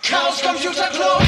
Chaos Computer Club.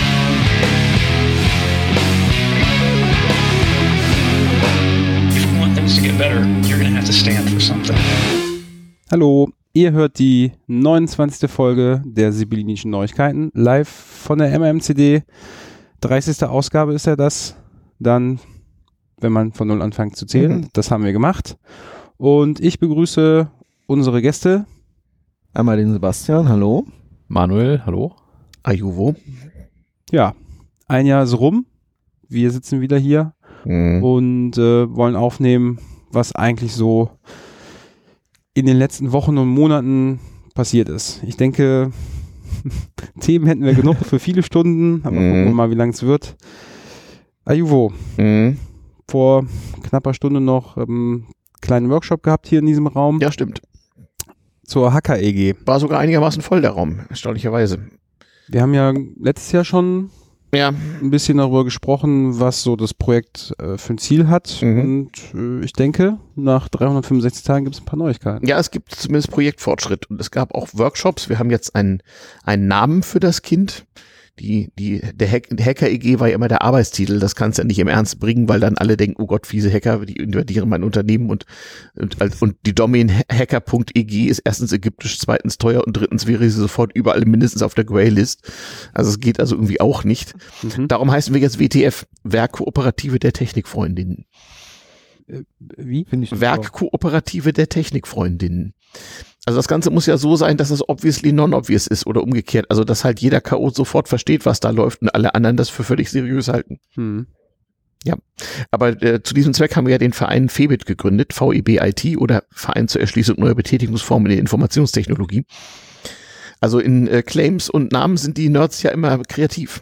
If you want things to get better, you're gonna have to stand for something. Hallo, ihr hört die 29. Folge der Sibyllinischen Neuigkeiten, live von der MMCD. 30. Ausgabe ist ja das, dann, wenn man von Null anfängt zu zählen. Das haben wir gemacht. Und ich begrüße unsere Gäste. Einmal den Sebastian, hallo. Manuel, hallo. Ayuvo. Ja, ein Jahr ist rum. Wir sitzen wieder hier und wollen aufnehmen, was eigentlich so in den letzten Wochen und Monaten passiert ist. Ich denke, Themen hätten wir genug für viele Stunden, aber gucken wir mal, wie lang es wird. Ayuvo, vor knapper Stunde noch einen kleinen Workshop gehabt hier in diesem Raum. Ja, stimmt. Zur Hacker-EG. War sogar einigermaßen voll der Raum, erstaunlicherweise. Wir haben ja letztes Jahr schon ein bisschen darüber gesprochen, was so das Projekt für ein Ziel hat. Und ich denke, nach 365 Tagen gibt es ein paar Neuigkeiten. Ja, es gibt zumindest Projektfortschritt und es gab auch Workshops. Wir haben jetzt einen Namen für das Kind. Der Hacker-EG war ja immer der Arbeitstitel, das kannst du ja nicht im Ernst bringen, weil dann alle denken, oh Gott, fiese Hacker, die invadieren mein Unternehmen und die Domain hacker.eg ist erstens ägyptisch, zweitens teuer und drittens wäre sie sofort überall mindestens auf der Graylist. Also es geht also irgendwie auch nicht. Darum heißen wir jetzt WTF, Werkkooperative der Technikfreundinnen. Wie? Werkkooperative der Technikfreundinnen. Also das Ganze muss ja so sein, dass es obviously non-obvious ist oder umgekehrt. Also dass halt jeder Chaot sofort versteht, was da läuft und alle anderen das für völlig seriös halten. Ja, aber zu diesem Zweck haben wir ja den Verein FEBIT gegründet, VEB-IT oder Verein zur Erschließung neuer Betätigungsformen in der Informationstechnologie. Also in Claims und Namen sind die Nerds ja immer kreativ.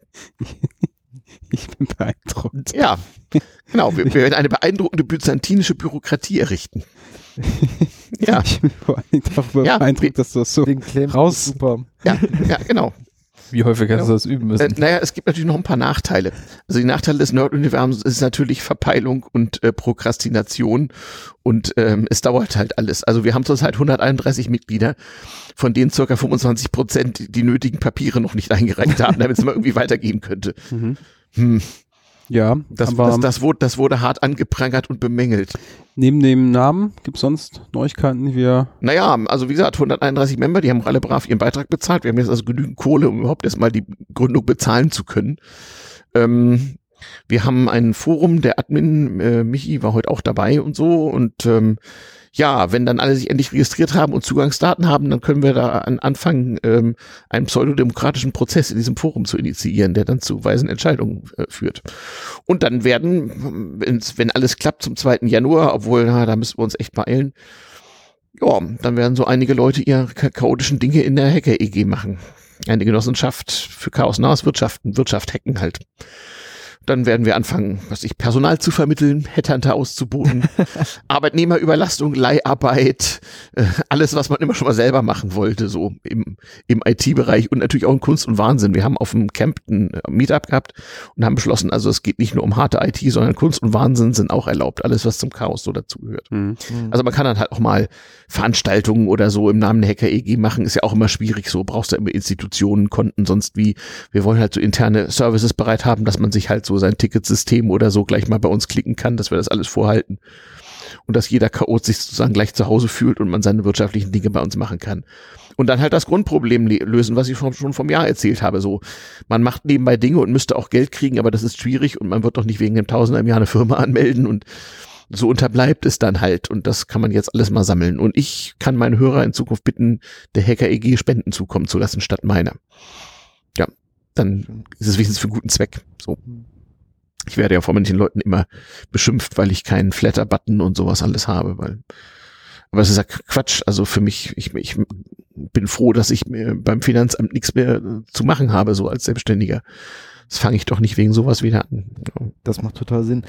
Ich bin beeindruckt. Ja, genau. Wir werden eine beeindruckende byzantinische Bürokratie errichten. Ja. Ich bin vor allem darüber beeindruckt, dass du das so raus... Super. Ja, genau. Wie häufig hast du das üben müssen? Naja, es gibt natürlich noch ein paar Nachteile. Also die Nachteile des Nerd-Universums ist natürlich Verpeilung und Prokrastination und es dauert halt alles. Also wir haben zurzeit 131 Mitglieder, von denen ca. 25% die nötigen Papiere noch nicht eingereicht haben, damit es mal irgendwie weitergehen könnte. Ja, das wurde hart angeprangert und bemängelt. Neben dem Namen gibt es sonst Neuigkeiten, die wir... Naja, also wie gesagt, 131 Member, die haben alle brav ihren Beitrag bezahlt. Wir haben jetzt also genügend Kohle, um überhaupt erstmal die Gründung bezahlen zu können. Wir haben ein Forum, der Admin, Michi war heute auch dabei und so und ja, wenn dann alle sich endlich registriert haben und Zugangsdaten haben, dann können wir da anfangen, einen pseudodemokratischen Prozess in diesem Forum zu initiieren, der dann zu weisen Entscheidungen führt. Und dann werden, wenn alles klappt zum 2. Januar, obwohl, da müssen wir uns echt beeilen, ja, dann werden so einige Leute ihre chaotischen Dinge in der Hacker-EG machen. Eine Genossenschaft für chaosnahes Wirtschaft hacken halt. Dann werden wir anfangen, Personal zu vermitteln, Headhunter auszuboten, Arbeitnehmerüberlastung, Leiharbeit, alles, was man immer schon mal selber machen wollte, so im IT-Bereich und natürlich auch in Kunst und Wahnsinn. Wir haben auf dem Camp ein Meetup gehabt und haben beschlossen, also es geht nicht nur um harte IT, sondern Kunst und Wahnsinn sind auch erlaubt, alles, was zum Chaos so dazugehört. Also man kann dann halt auch mal Veranstaltungen oder so im Namen der Hacker-EG machen, ist ja auch immer schwierig, so brauchst du immer Institutionen, Konten, sonst wie. Wir wollen halt so interne Services bereit haben, dass man sich halt so sein Ticketsystem oder so gleich mal bei uns klicken kann, dass wir das alles vorhalten und dass jeder Chaot sich sozusagen gleich zu Hause fühlt und man seine wirtschaftlichen Dinge bei uns machen kann. Und dann halt das Grundproblem lösen, was ich schon vom Jahr erzählt habe. So, man macht nebenbei Dinge und müsste auch Geld kriegen, aber das ist schwierig und man wird doch nicht wegen dem Tausender im Jahr eine Firma anmelden und so unterbleibt es dann halt und das kann man jetzt alles mal sammeln. Und ich kann meine Hörer in Zukunft bitten, der Hacker-EG Spenden zukommen zu lassen statt meiner. Ja, dann ist es wenigstens für einen guten Zweck. So. Ich werde ja von manchen Leuten immer beschimpft, weil ich keinen Flatter-Button und sowas alles habe, aber es ist ja Quatsch. Also für mich, ich bin froh, dass ich beim Finanzamt nichts mehr zu machen habe, so als Selbstständiger. Das fange ich doch nicht wegen sowas wieder an. Das macht total Sinn.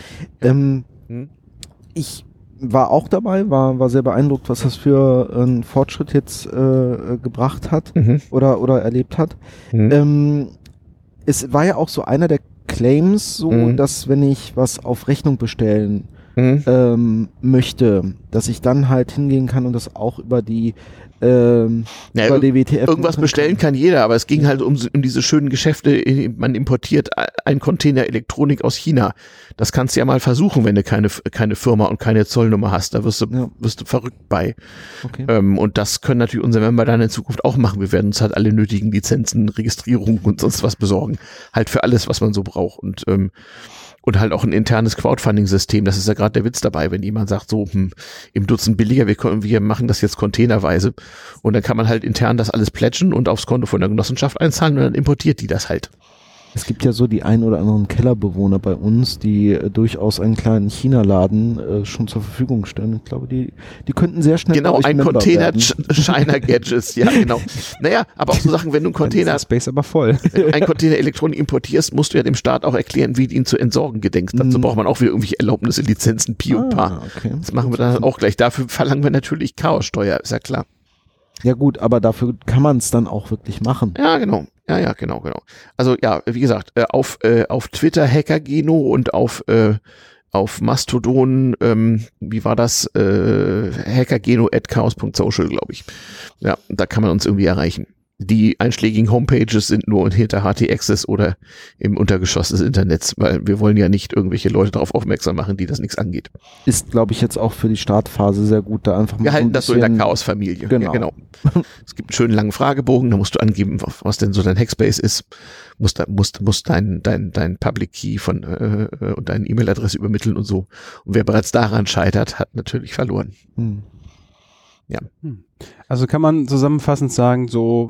Ich war auch dabei, war sehr beeindruckt, was das für einen Fortschritt jetzt gebracht hat oder erlebt hat. Es war ja auch so einer der Claims, so dass wenn ich was auf Rechnung bestellen möchte, dass ich dann halt hingehen kann und das auch über die über DWTF irgendwas bestellen kann jeder, aber es ging halt um diese schönen Geschäfte, man importiert einen Container Elektronik aus China. Das kannst du ja mal versuchen, wenn du keine Firma und keine Zollnummer hast. Da wirst du verrückt bei. Okay. Und das können natürlich unsere Member dann in Zukunft auch machen. Wir werden uns halt alle nötigen Lizenzen, Registrierungen und sonst was besorgen. Halt für alles, was man so braucht. Und halt auch ein internes Crowdfunding-System. Das ist ja gerade der Witz dabei, wenn jemand sagt, so im Dutzend billiger, wir machen das jetzt containerweise. Und dann kann man halt intern das alles plätschen und aufs Konto von der Genossenschaft einzahlen und dann importiert die das halt. Es gibt ja so die ein oder anderen Kellerbewohner bei uns, die durchaus einen kleinen China-Laden schon zur Verfügung stellen. Ich glaube, die könnten sehr schnell genau, ein Container China Gadgets, ja genau. Naja, aber auch so Sachen, wenn du einen Container Space aber voll. ein Container Elektronik importierst, musst du ja dem Staat auch erklären, wie du ihn zu entsorgen gedenkst. Dazu braucht man auch wieder irgendwelche Erlaubnisse, Lizenzen, Pi und Pa. Okay. Das machen wir dann auch gleich. Dafür verlangen wir natürlich Chaossteuer, ist ja klar. Ja gut, aber dafür kann man es dann auch wirklich machen. Ja, genau. Ja, genau. Also ja, wie gesagt, auf Twitter Hackergeno und auf Mastodon, wie war das? Hackergeno@chaos.social, glaube ich. Ja, da kann man uns irgendwie erreichen. Die einschlägigen Homepages sind nur hinter HT-Access oder im Untergeschoss des Internets, weil wir wollen ja nicht irgendwelche Leute darauf aufmerksam machen, die das nichts angeht. Ist, glaube ich, jetzt auch für die Startphase sehr gut, da einfach mal wir halten das so in der Chaos-Familie. Genau. Ja, genau. Es gibt einen schönen langen Fragebogen, da musst du angeben, was denn so dein Hackspace ist. Musst dein Public Key und deine E-Mail-Adresse übermitteln und so. Und wer bereits daran scheitert, hat natürlich verloren. Ja. Also kann man zusammenfassend sagen, so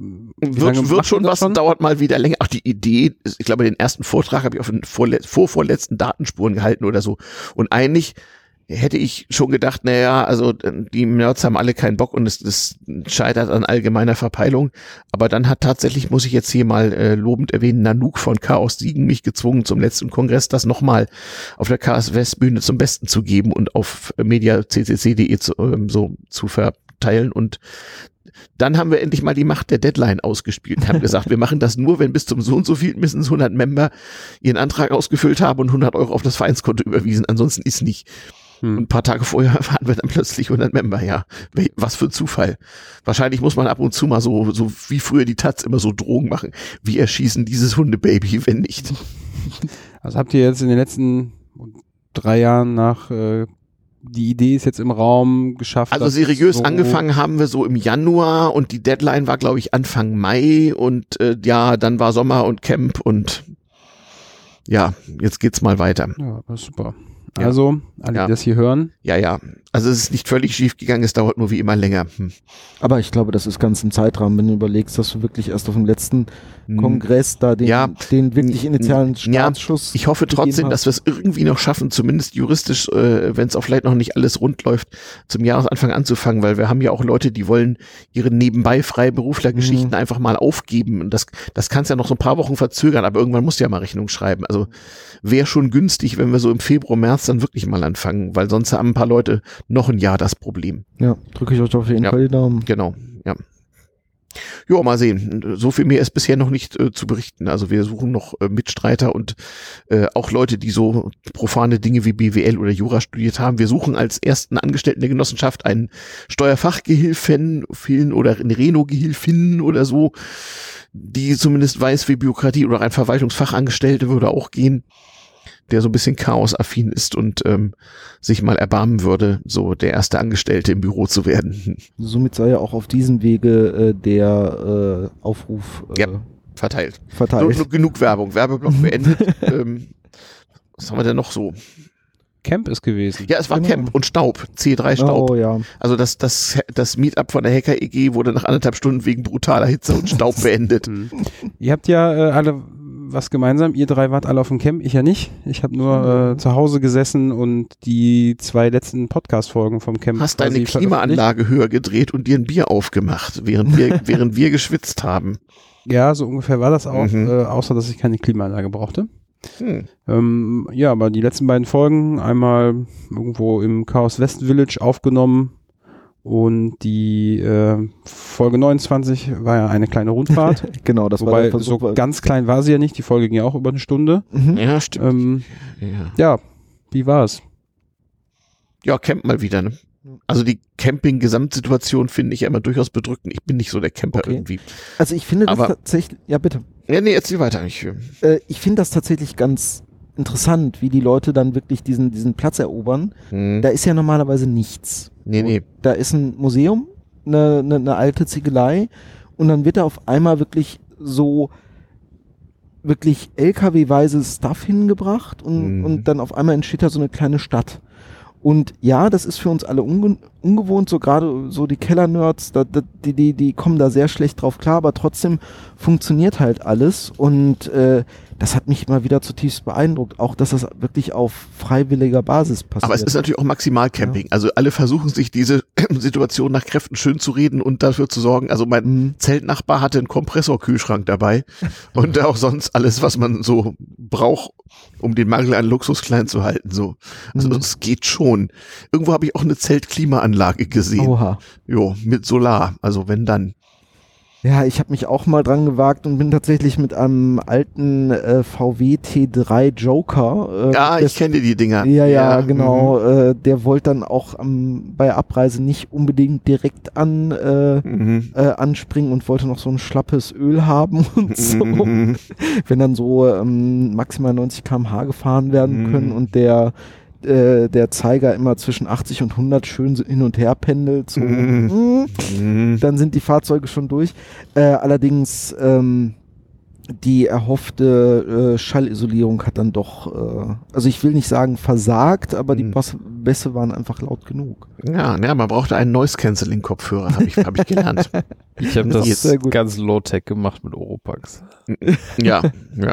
wird schon was, dauert mal wieder länger. Ach, die Idee, ich glaube, den ersten Vortrag habe ich auf den vorvorletzten Datenspuren gehalten oder so. Und eigentlich hätte ich schon gedacht, naja, also die Nerds haben alle keinen Bock und es scheitert an allgemeiner Verpeilung. Aber dann hat tatsächlich, muss ich jetzt hier mal lobend erwähnen, Nanook von Chaos Siegen mich gezwungen, zum letzten Kongress das nochmal auf der Chaos West Bühne zum Besten zu geben und auf mediaccc.de so zu verteilen. Und dann haben wir endlich mal die Macht der Deadline ausgespielt. Haben gesagt, wir machen das nur, wenn bis zum so und so viel mindestens 100 Member ihren Antrag ausgefüllt haben und 100 € auf das Vereinskonto überwiesen. Ansonsten ist nicht. Und ein paar Tage vorher waren wir dann plötzlich 100 Member, ja. Was für ein Zufall. Wahrscheinlich muss man ab und zu mal so wie früher die Taz immer so Drogen machen. Wir erschießen dieses Hundebaby, wenn nicht. Also habt ihr jetzt in den letzten 3 Jahren die Idee ist jetzt im Raum geschafft. Also seriös angefangen haben wir so im Januar und die Deadline war, glaube ich, Anfang Mai und dann war Sommer und Camp und ja, jetzt geht's mal weiter. Ja, das ist super. Also, alle, die das hier hören. Ja. Also es ist nicht völlig schief gegangen, es dauert nur wie immer länger. Aber ich glaube, das ist ganz im Zeitrahmen, wenn du überlegst, dass du wirklich erst auf dem letzten Kongress da den wirklich initialen Startschuss. Ich hoffe trotzdem, dass wir es irgendwie noch schaffen, zumindest juristisch, wenn es auch vielleicht noch nicht alles rund läuft, zum Jahresanfang anzufangen, weil wir haben ja auch Leute, die wollen ihre nebenbei Freiberuflergeschichten einfach mal aufgeben. Und das kann es ja noch so ein paar Wochen verzögern, aber irgendwann musst du ja mal Rechnung schreiben. Also wäre schon günstig, wenn wir so im Februar, März dann wirklich mal anfangen, weil sonst haben ein paar Leute noch ein Jahr das Problem. Ja, drücke ich euch auf jeden Fall die Daumen. Genau, ja. Jo, mal sehen. So viel mehr ist bisher noch nicht zu berichten. Also wir suchen noch Mitstreiter und auch Leute, die so profane Dinge wie BWL oder Jura studiert haben. Wir suchen als ersten Angestellten der Genossenschaft einen Steuerfachgehilfen oder eine Reno-Gehilfin oder so, die zumindest weiß, wie Bürokratie oder ein Verwaltungsfachangestellte würde auch gehen, der so ein bisschen chaosaffin ist und sich mal erbarmen würde, so der erste Angestellte im Büro zu werden. Somit sei ja auch auf diesem Wege der Aufruf verteilt. So, genug Werbung. Werbeblock beendet. Was haben wir denn noch so? Camp ist gewesen. Ja, es war Camp und Staub. C3 Staub. Oh, ja. Also das Meetup von der Hacker EG wurde nach 1,5 Stunden wegen brutaler Hitze und Staub beendet. Ihr habt ja alle was gemeinsam. Ihr 3 wart alle auf dem Camp, ich ja nicht. Ich habe nur zu Hause gesessen und die 2 letzten Podcast-Folgen vom Camp. Hast deine Klimaanlage höher gedreht und dir ein Bier aufgemacht, während wir geschwitzt haben. Ja, so ungefähr war das auch, außer dass ich keine Klimaanlage brauchte. Aber die letzten beiden Folgen, einmal irgendwo im Chaos West Village aufgenommen und die Folge 29 war ja eine kleine Rundfahrt. Genau, das Wobei, war der Versuch. So ganz klein war sie ja nicht, die Folge ging ja auch über eine Stunde. Ja, stimmt. Ja, wie war's? Ja, Camp mal wieder, ne? Also die Camping-Gesamtsituation finde ich ja immer durchaus bedrückend. Ich bin nicht so der Camper irgendwie. Also ich finde das Aber- tatsächlich, ja bitte. Ja, nee, erzähl weiter. Ich finde das tatsächlich ganz interessant, wie die Leute dann wirklich diesen Platz erobern. Da ist ja normalerweise nichts. Nee. Da ist ein Museum, eine alte Ziegelei und dann wird da auf einmal wirklich so wirklich LKW-weise Stuff hingebracht und dann auf einmal entsteht da so eine kleine Stadt. Und ja, das ist für uns alle ungewohnt, so gerade so die Keller-Nerds, die kommen da sehr schlecht drauf klar, aber trotzdem funktioniert halt alles und das hat mich immer wieder zutiefst beeindruckt, auch dass das wirklich auf freiwilliger Basis passiert. Aber es ist natürlich auch Maximalcamping. Also alle versuchen sich diese Situation nach Kräften schön zu reden und dafür zu sorgen. Also mein Zeltnachbar hatte einen Kompressorkühlschrank dabei und auch sonst alles, was man so braucht, um den Mangel an Luxus klein zu halten. So. Also es geht schon. Irgendwo habe ich auch eine Zeltklimaanlage gesehen. Oha. Jo, mit Solar. Also wenn dann. Ja, ich habe mich auch mal dran gewagt und bin tatsächlich mit einem alten VW T3 Joker. Ich kenne die Dinger. Ja, genau. Der wollte dann auch bei Abreise nicht unbedingt direkt anspringen und wollte noch so ein schlappes Öl haben und so. Wenn dann so maximal 90 km/h gefahren werden können und der Zeiger immer zwischen 80 und 100 schön hin und her pendelt, so, dann sind die Fahrzeuge schon durch. Allerdings die erhoffte Schallisolierung hat dann doch, also ich will nicht sagen versagt, aber die Bässe waren einfach laut genug. Ja, man brauchte einen Noise-Canceling-Kopfhörer, habe ich gelernt. Ich habe Das das ist sehr gut. ganz low-tech gemacht mit Oropax. Ja, Ja.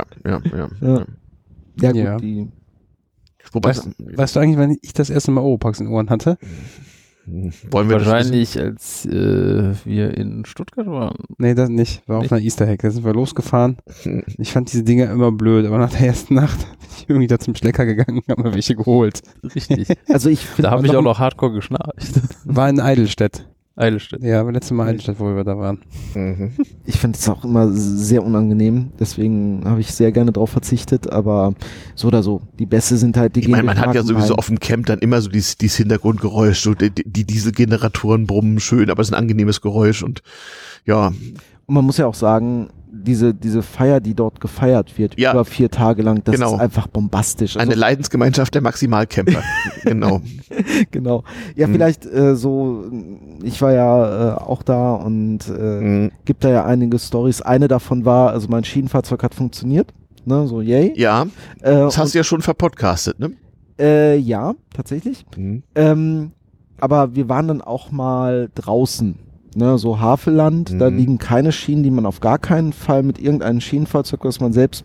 gut, Ja. die Wobei, Weißt du eigentlich, wann ich das erste Mal Oropax in den Ohren hatte? wollen wir das Wahrscheinlich, als wir in Stuttgart waren. Nee, das nicht. War auf einer Easter Hack. Da sind wir losgefahren. Ich fand diese Dinger immer blöd, aber nach der ersten Nacht bin ich irgendwie da zum Schlecker gegangen und habe mir welche geholt. Richtig. also ich finde Da habe ich auch noch hardcore geschnarcht. War in Eidelstedt. Eidelstedt. Ja, aber letztes Mal Eidelstedt, wo wir da waren. Ich finde es auch immer sehr unangenehm, deswegen habe ich sehr gerne drauf verzichtet, aber so oder so, die Bässe sind halt die Ich meine, man durch hat ja Marken sowieso rein. auf dem Camp dann immer so dieses Hintergrundgeräusch, so die Dieselgeneratoren brummen schön, aber es ist ein angenehmes Geräusch und ja. Und man muss ja auch sagen, diese Feier, die dort gefeiert wird, Ja. über 4 Tage lang, das Genau. ist einfach bombastisch. Also, Eine Leidensgemeinschaft der Maximalcamper. Genau. genau. Ja, vielleicht ich war ja auch da und gibt da ja einige Storys. Eine davon war, also mein Schienenfahrzeug hat funktioniert, ne, so yay. Ja, das hast du ja schon verpodcastet, ne? Ja, tatsächlich. Aber wir waren dann auch mal draußen, ne, so Havelland, da liegen keine Schienen, die man auf gar keinen Fall mit irgendeinem Schienenfahrzeug, das man selbst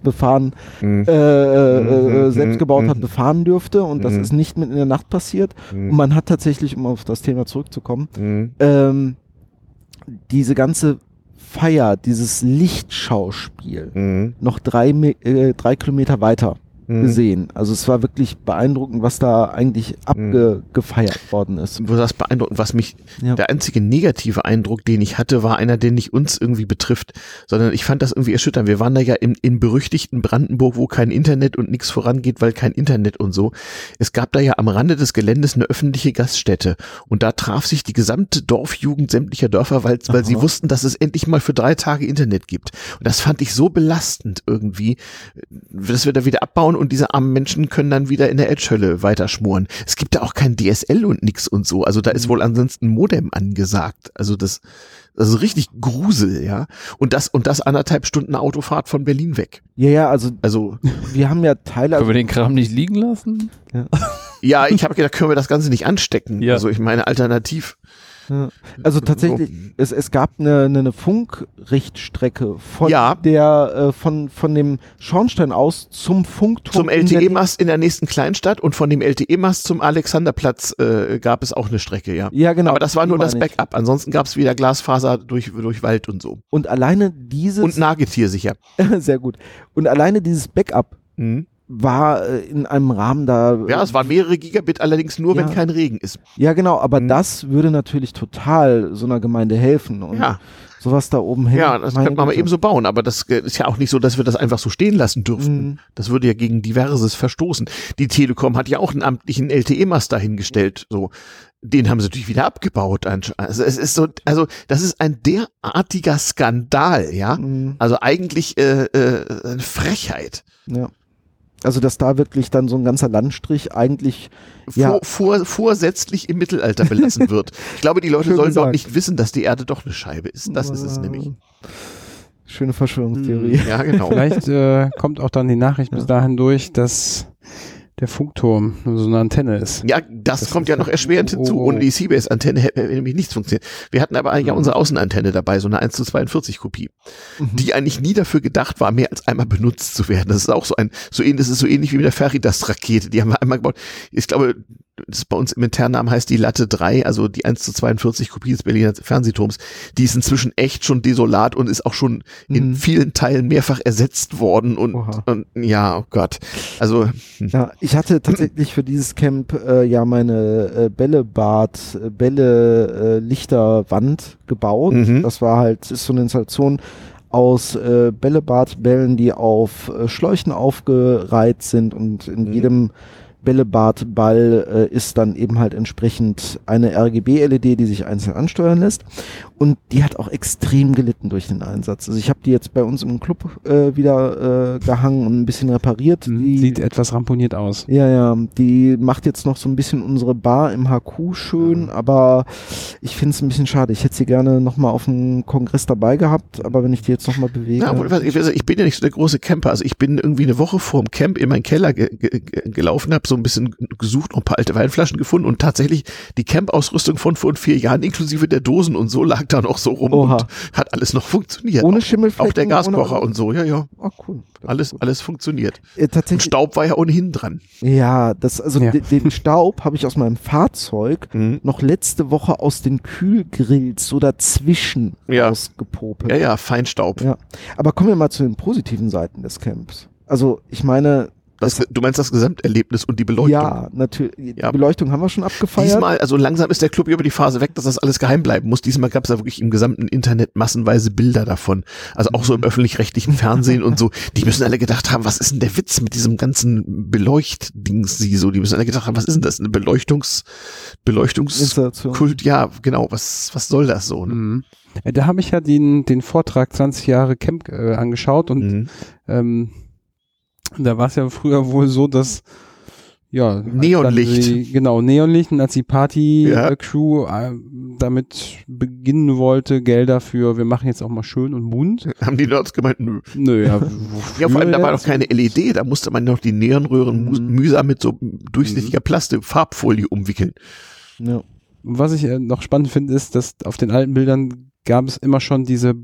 selbst gebaut hat, befahren dürfte und das ist nicht mitten in der Nacht passiert und man hat tatsächlich, um auf das Thema zurückzukommen, diese ganze Feier, dieses Lichtschauspiel noch 3 Kilometer weiter gesehen. Also es war wirklich beeindruckend, was da eigentlich abgefeiert worden ist. Du sagst beeindruckend, Ja. der einzige negative Eindruck, den ich hatte, war einer, der nicht uns irgendwie betrifft, sondern ich fand das irgendwie erschütternd. Wir waren da ja im berüchtigten Brandenburg, wo kein Internet und nichts vorangeht, weil kein Internet und so. Es gab da ja am Rande des Geländes eine öffentliche Gaststätte und da traf sich die gesamte Dorfjugend sämtlicher Dörfer, weil sie wussten, dass es endlich mal für 3 Tage Internet gibt. Und das fand ich so belastend irgendwie, dass wir da wieder abbauen und diese armen Menschen können dann wieder in der Edge-Hölle weiterschmoren. Es gibt da auch kein DSL und nix und so. Also da ist wohl ansonsten ein Modem angesagt. Also das ist richtig Grusel, ja. Und das 1,5 Stunden Autofahrt von Berlin weg. Ja, also Also wir haben ja Teile. Können wir den Kram nicht liegen lassen? ja, ich habe gedacht, können wir das Ganze nicht anstecken? Ja. Also ich meine, alternativ. Ja. Also tatsächlich, es gab eine Funkrichtstrecke von Ja. von dem Schornstein aus zum Funkturm. Zum LTE-Mast in der nächsten Kleinstadt und von dem LTE-Mast zum Alexanderplatz gab es auch eine Strecke, ja. Ja, genau. Aber das war nur das meine ich. Backup. Ansonsten gab es wieder Glasfaser durch Wald und so. Und alleine dieses. Und Nagetier sicher. sehr gut. Und alleine dieses Backup war in einem Rahmen da. Ja, es waren mehrere Gigabit, allerdings nur, wenn Ja. kein Regen ist. Ja, genau, aber das würde natürlich total so einer Gemeinde helfen. Und Ja. sowas da oben hin. Ja, das könnte man aber eben so bauen, aber das ist ja auch nicht so, dass wir das einfach so stehen lassen dürften. Das würde ja gegen Diverses verstoßen. Die Telekom hat ja auch einen amtlichen LTE-Mast dahingestellt, so. Den haben sie natürlich wieder abgebaut. Also es ist so, also das ist ein derartiger Skandal, ja. Also eigentlich eine Frechheit. Ja. Also dass da wirklich dann so ein ganzer Landstrich eigentlich vorsätzlich im Mittelalter belassen wird. Ich glaube, die Leute Schön sollen gesagt. doch nicht wissen, dass die Erde doch eine Scheibe ist. Das ist es nämlich. Schöne Verschwörungstheorie. Ja, genau. Vielleicht kommt auch dann die Nachricht bis dahin durch, dass der Funkturm nur so eine Antenne ist. Ja, das kommt ja noch erschwerend hinzu. Ohne die Seabase-Antenne hätte nämlich nichts funktioniert. Wir hatten aber ja unsere Außenantenne dabei, so eine 1:42 Kopie, die eigentlich nie dafür gedacht war, mehr als einmal benutzt zu werden. Das ist auch das ist so ähnlich wie mit der Feridas-Rakete. Die haben wir einmal gebaut. Ich glaube, das bei uns im Internamen heißt die Latte 3, also die 1:42 Kopie des Berliner Fernsehturms. Die ist inzwischen echt schon desolat und ist auch schon in vielen Teilen mehrfach ersetzt worden und ja, oh Gott. Also ja, ich hatte tatsächlich für dieses Camp ja meine Lichterwand gebaut. Das war halt, ist so eine Installation aus Bällebadbällen, die auf Schläuchen aufgereiht sind und in jedem Bällebadball ist dann eben halt entsprechend eine RGB-LED, die sich einzeln ansteuern lässt. Und die hat auch extrem gelitten durch den Einsatz. Also ich habe die jetzt bei uns im Club wieder gehangen und ein bisschen repariert. Die sieht etwas ramponiert aus. Ja, die macht jetzt noch so ein bisschen unsere Bar im HQ schön, aber ich finde es ein bisschen schade. Ich hätte sie gerne nochmal auf dem Kongress dabei gehabt, aber wenn ich die jetzt nochmal bewege. Ja, ich bin ja nicht so der große Camper. Also ich bin irgendwie eine Woche vor dem Camp in meinen Keller gelaufen, habe so ein bisschen gesucht, noch ein paar alte Weinflaschen gefunden und tatsächlich die Camp-Ausrüstung von vor 4 Jahren inklusive der Dosen und so lag da noch so rum und hat alles noch funktioniert. Ohne Schimmelflecken? Auch der Gaskocher und so, ja. Oh, cool. Alles funktioniert. Tatsächlich, und Staub war ja ohnehin dran. Ja, den Staub habe ich aus meinem Fahrzeug noch letzte Woche aus den Kühlgrills so dazwischen rausgepopelt. Ja, Feinstaub. Ja. Aber kommen wir mal zu den positiven Seiten des Camps. Also ich meine, Du meinst das Gesamterlebnis und die Beleuchtung? Ja, natürlich. Die Beleuchtung haben wir schon abgefeiert. Diesmal, also langsam ist der Club über die Phase weg, dass das alles geheim bleiben muss. Diesmal gab es da wirklich im gesamten Internet massenweise Bilder davon. Also auch so im öffentlich-rechtlichen Fernsehen und so. Die müssen alle gedacht haben, was ist denn der Witz mit diesem ganzen Beleuchtdings? Die müssen alle gedacht haben, was ist denn das? Eine Beleuchtungskult? Ja, genau. Was soll das so? Ne? Da habe ich ja den Vortrag 20 Jahre Camp angeschaut und da war es ja früher wohl so, dass Neonlicht. Neonlicht, und als die Party-Crew damit beginnen wollte, Gelder für, wir machen jetzt auch mal schön und bunt. Haben die Nerds gemeint, nö. Ja, vor allem, da war doch keine LED, da musste man noch die Neonröhren mühsam mit so durchsichtiger Farbfolie umwickeln. Ja. Was ich noch spannend finde, ist, dass auf den alten Bildern gab es immer schon diese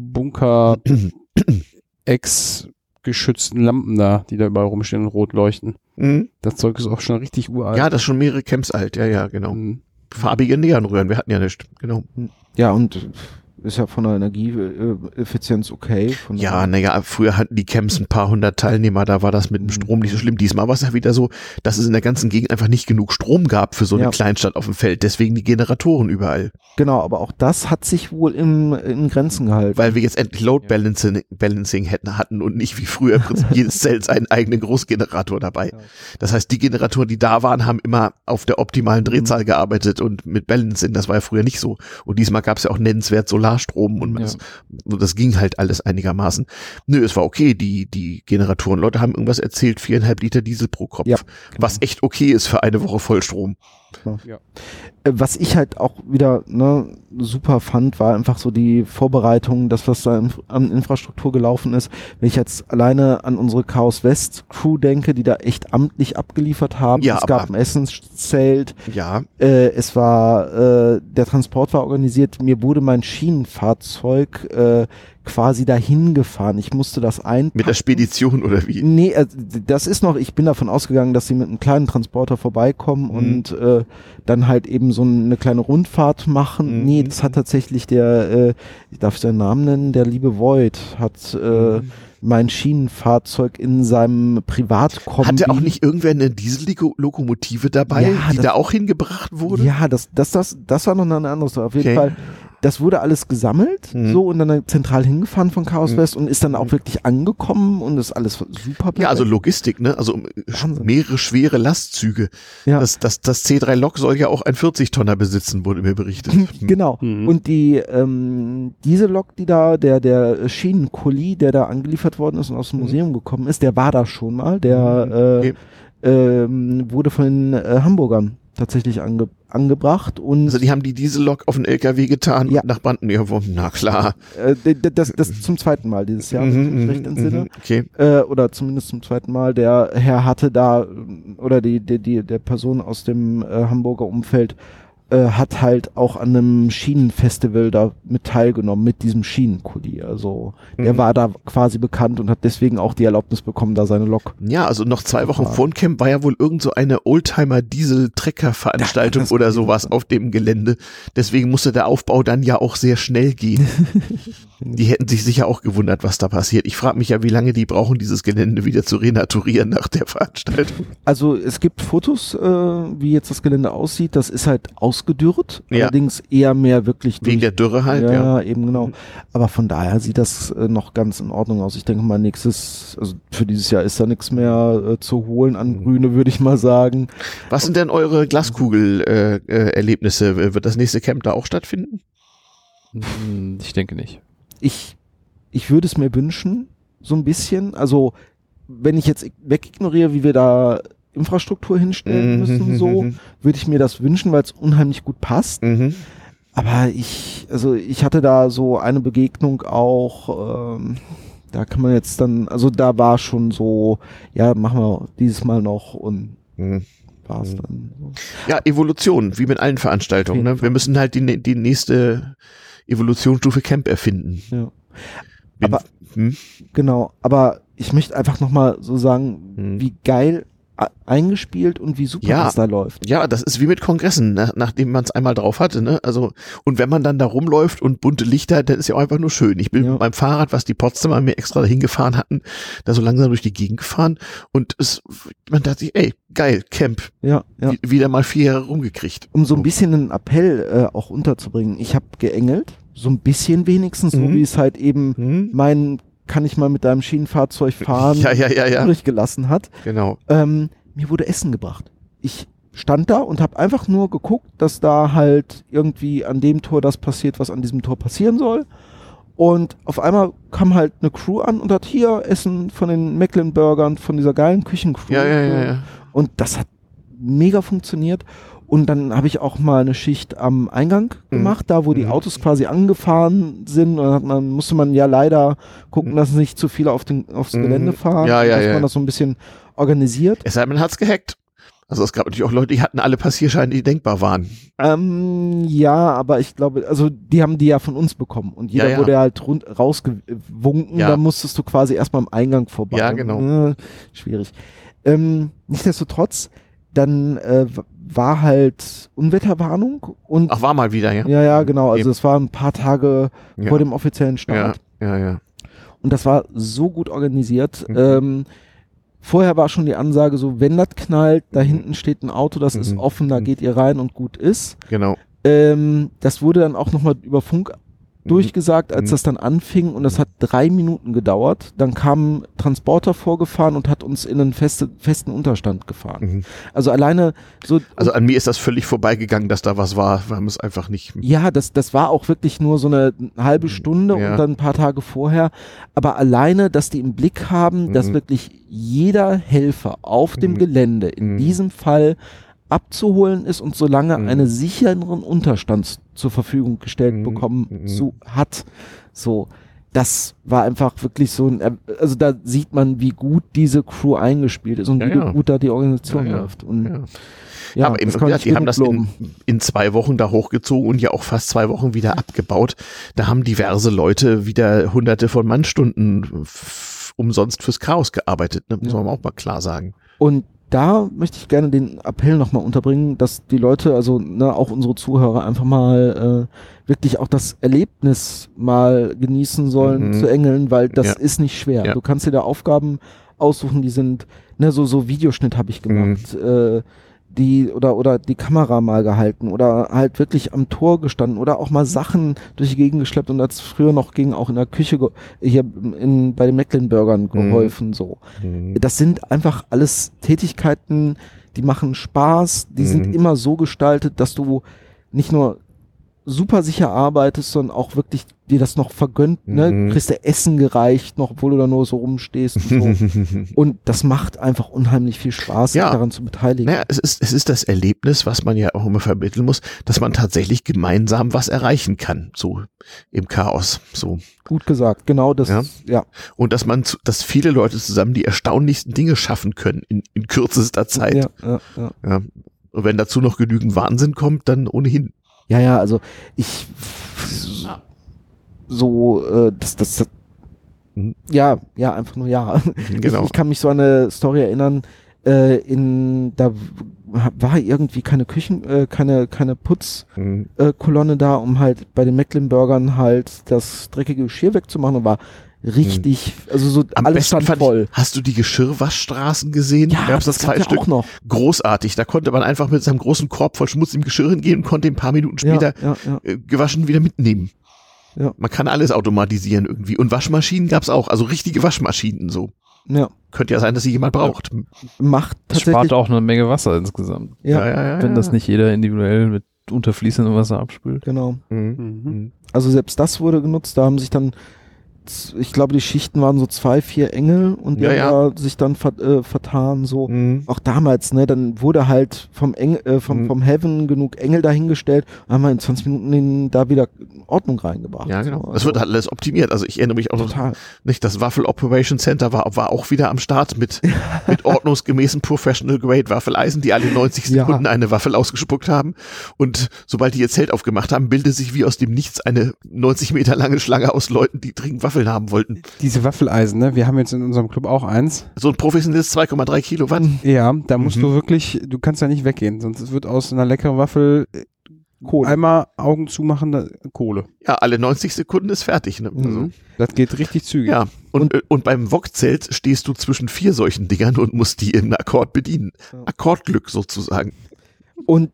Bunker-geschützten Lampen da, die da überall rumstehen und rot leuchten. Das Zeug ist auch schon richtig uralt. Ja, das ist schon mehrere Camps alt, ja, genau. Farbige Neonröhren, wir hatten ja nichts, genau. Ja, und ist ja von der Energieeffizienz okay. Früher hatten die Camps ein paar hundert Teilnehmer, da war das mit dem Strom nicht so schlimm. Diesmal war es ja wieder so, dass es in der ganzen Gegend einfach nicht genug Strom gab für so eine Kleinstadt auf dem Feld, deswegen die Generatoren überall. Genau, aber auch das hat sich wohl in Grenzen gehalten. Weil wir jetzt endlich Load Balancing hatten und nicht wie früher im Prinzip jedes Zelt seinen eigenen Großgenerator dabei. Ja. Das heißt, die Generatoren, die da waren, haben immer auf der optimalen Drehzahl gearbeitet und mit Balancing, das war ja früher nicht so. Und diesmal gab es ja auch nennenswert Solarstrom und das ging halt alles einigermaßen. Nö, es war okay, die Generatoren. Leute haben irgendwas erzählt, 4,5 Liter Diesel pro Kopf, was echt okay ist für eine Woche Vollstrom. Ja. Was ich halt auch wieder super fand, war einfach so die Vorbereitung, das, was da an Infrastruktur gelaufen ist. Wenn ich jetzt alleine an unsere Chaos West Crew denke, die da echt amtlich abgeliefert haben. Es gab ein Essenszelt. Ja. Es war, der Transport war organisiert. Mir wurde mein Schienenfahrzeug quasi dahin gefahren. Ich musste das einpacken. Mit der Spedition oder wie? Nee, das ist noch, ich bin davon ausgegangen, dass sie mit einem kleinen Transporter vorbeikommen und dann halt eben so eine kleine Rundfahrt machen. Nee, das hat tatsächlich ich darf seinen Namen nennen, der liebe Void hat mein Schienenfahrzeug in seinem Privatkombi. Hatte auch nicht irgendwer eine Diesellokomotive dabei, die da auch hingebracht wurde? Ja, das war noch eine andere Sache. Auf jeden Fall das wurde alles gesammelt so und dann zentral hingefahren von Chaos West und ist dann auch wirklich angekommen und ist alles super perfekt. Ja, also Logistik, ne? Also Wahnsinn. mehrere schwere Lastzüge. Ja. Das C3 Lok soll ja auch ein 40-Tonner besitzen, wurde mir berichtet. Genau. Und diese Lok, die da, der Schienenkuli, der da angeliefert worden ist und aus dem Museum gekommen ist, der war da schon mal. Der wurde von den Hamburgern tatsächlich angebracht. Und Also die haben die Diesellok auf den LKW getan und nach Brandenburg geworfen. Na klar. das zum zweiten Mal dieses Jahr, wenn ich mich recht entsinne. Okay. Oder zumindest zum zweiten Mal. Der Herr hatte da, oder der Person aus dem Hamburger Umfeld hat halt auch an einem Schienenfestival da mit teilgenommen, mit diesem Schienenkuli. Also der war da quasi bekannt und hat deswegen auch die Erlaubnis bekommen, da seine Lok. Ja, also noch 2 Wochen vor dem Camp war ja wohl irgend so eine Oldtimer-Diesel-Trecker-Veranstaltung oder sowas auf dem Gelände. Deswegen musste der Aufbau dann ja auch sehr schnell gehen. Die hätten sich sicher auch gewundert, was da passiert. Ich frage mich ja, wie lange die brauchen, dieses Gelände wieder zu renaturieren nach der Veranstaltung. Also es gibt Fotos, wie jetzt das Gelände aussieht. Das ist halt ausgedürrt, Ja. allerdings eher mehr wirklich Wegen der Dürre halt, ja, eben genau. Aber von daher sieht das noch ganz in Ordnung aus. Ich denke mal, also für dieses Jahr ist da nichts mehr zu holen an Grüne, würde ich mal sagen. Was sind denn eure Glaskugel-Erlebnisse? Wird das nächste Camp da auch stattfinden? Ich denke nicht. Ich würde es mir wünschen, so ein bisschen. Also wenn ich jetzt wegignoriere, wie wir da Infrastruktur hinstellen müssen, so, würde ich mir das wünschen, weil es unheimlich gut passt. Aber ich hatte da so eine Begegnung auch, da kann man jetzt dann, also da war schon so, ja, machen wir dieses Mal noch und war es dann. Ja, Evolution, wie mit allen Veranstaltungen. Ne? Wir müssen halt die nächste Evolutionsstufe Camp erfinden. Ja. Genau, aber ich möchte einfach nochmal so sagen, wie geil eingespielt und wie super das da läuft. Ja, das ist wie mit Kongressen, nachdem man es einmal drauf hatte, ne? Also, und wenn man dann da rumläuft und bunte Lichter, dann ist ja auch einfach nur schön. Ich bin mit meinem Fahrrad, was die Potsdamer mir extra dahin gefahren hatten, da so langsam durch die Gegend gefahren und man dachte sich, ey, geil, Camp. Ja. Wieder mal 4 Jahre rumgekriegt. Um so ein bisschen einen Appell auch unterzubringen. Ich habe geengelt, so ein bisschen wenigstens, so wie es halt eben kann ich mal mit deinem Schienenfahrzeug fahren, übrig gelassen hat. Genau. Mir wurde Essen gebracht. Ich stand da und habe einfach nur geguckt, dass da halt irgendwie an dem Tor das passiert, was an diesem Tor passieren soll. Und auf einmal kam halt eine Crew an und hat hier Essen von den Mecklenburgern, von dieser geilen Küchencrew. Ja. Und das hat mega funktioniert. Und dann habe ich auch mal eine Schicht am Eingang gemacht, da wo die Autos quasi angefahren sind. Und dann musste man ja leider gucken, dass nicht zu viele aufs Gelände fahren. Dass man das so ein bisschen organisiert. Es sei denn, man hat's gehackt. Also es gab natürlich auch Leute, die hatten alle Passierscheine, die denkbar waren. Ja, aber ich glaube, also die haben die ja von uns bekommen. Und jeder wurde halt rausgewunken. Da musstest du quasi erstmal am Eingang vorbei. Ja, genau. Schwierig. Nichtsdestotrotz, dann war halt Unwetterwarnung und war mal wieder, ja? Ja, genau. Also es war ein paar Tage vor dem offiziellen Start. Ja. Und das war so gut organisiert. Vorher war schon die Ansage so, wenn das knallt, da hinten steht ein Auto, das ist offen, da geht ihr rein und gut ist. Genau. Das wurde dann auch nochmal über Funk durchgesagt, als das dann anfing und das hat 3 Minuten gedauert. Dann kam ein Transporter vorgefahren und hat uns in einen festen Unterstand gefahren. Also alleine so. Also an mir ist das völlig vorbeigegangen, dass da was war. Wir haben es einfach nicht. Ja, das war auch wirklich nur so eine halbe Stunde und dann ein paar Tage vorher. Aber alleine, dass die im Blick haben, dass wirklich jeder Helfer auf dem Gelände in diesem Fall abzuholen ist und solange einen sicheren Unterstand zur Verfügung gestellt bekommen hat. So, das war einfach wirklich so also da sieht man, wie gut diese Crew eingespielt ist und wie gut da die Organisation läuft. Und aber eben, die haben das in 2 Wochen da hochgezogen und ja auch fast 2 Wochen wieder abgebaut. Da haben diverse Leute wieder Hunderte von Mannstunden umsonst fürs Chaos gearbeitet, ne? Muss man auch mal klar sagen. Und da möchte ich gerne den Appell nochmal unterbringen, dass die Leute, also auch unsere Zuhörer einfach mal wirklich auch das Erlebnis mal genießen sollen zu engeln, weil das ist nicht schwer. Ja. Du kannst dir da Aufgaben aussuchen, die sind, so Videoschnitt habe ich gemacht. oder die Kamera mal gehalten oder halt wirklich am Tor gestanden oder auch mal Sachen durch die Gegend geschleppt und als früher noch ging, auch in der Küche hier bei den Mecklenburgern geholfen, so. Das sind einfach alles Tätigkeiten, die machen Spaß, die sind immer so gestaltet, dass du nicht nur super sicher arbeitest, sondern auch wirklich dir das noch vergönnt, ne? Kriegst du Essen gereicht noch, obwohl du da nur so rumstehst und so. Und das macht einfach unheimlich viel Spaß, sich daran zu beteiligen. Naja, es ist das Erlebnis, was man ja auch immer vermitteln muss, dass man tatsächlich gemeinsam was erreichen kann, so im Chaos, so. Gut gesagt, genau das, ja. Und dass viele Leute zusammen die erstaunlichsten Dinge schaffen können in kürzester Zeit. Ja. Und wenn dazu noch genügend Wahnsinn kommt, dann ohnehin. Ja, also einfach nur ja. Genau. Ich kann mich so an eine Story erinnern, da war irgendwie keine keine Putzkolonne da, um halt bei den Mecklenburgern halt das dreckige Geschirr wegzumachen und war richtig, also so am alles stand voll. Hast du die Geschirrwaschstraßen gesehen? Ja, gab's das zwei gab's ja Stück. auch noch. Großartig. Da konnte man einfach mit seinem großen Korb voll Schmutz im Geschirr hingehen und konnte ein paar Minuten später gewaschen wieder mitnehmen. Ja. Man kann alles automatisieren irgendwie. Und Waschmaschinen gab's auch, also richtige Waschmaschinen so. Ja. Könnte ja sein, dass sie jemand braucht. Macht das tatsächlich. spart auch eine Menge Wasser insgesamt. Ja. Wenn das nicht jeder individuell mit unterfließendem Wasser abspült. Genau. Also selbst das wurde genutzt, da haben sich dann, ich glaube, die Schichten waren so 2-4 Engel und die haben da sich dann vertan, so. Auch damals, ne, dann wurde halt vom Heaven genug Engel dahingestellt und haben wir in 20 Minuten da wieder Ordnung reingebracht. Ja, genau. So, das wird halt alles optimiert. Also ich erinnere mich auch noch nicht, das Waffel Operation Center war auch wieder am Start mit ordnungsgemäßen Professional Grade Waffeleisen, die alle 90 Sekunden eine Waffel ausgespuckt haben. Und sobald die ihr Zelt aufgemacht haben, bildete sich wie aus dem Nichts eine 90 Meter lange Schlange aus Leuten, die dringend Waffeln haben wollten. Diese Waffeleisen, ne? Wir haben jetzt in unserem Club auch eins. So ein professionelles 2,3 Kilowatt. Ja, da musst du wirklich, du kannst da nicht weggehen, sonst wird aus einer leckeren Waffel Kohle. Einmal Augen zumachen, Kohle. Ja, alle 90 Sekunden ist fertig. Ne? Also. Das geht richtig zügig. Ja, und beim Wok-Zelt stehst du zwischen 4 solchen Dingern und musst die im Akkord bedienen. Akkordglück sozusagen. Und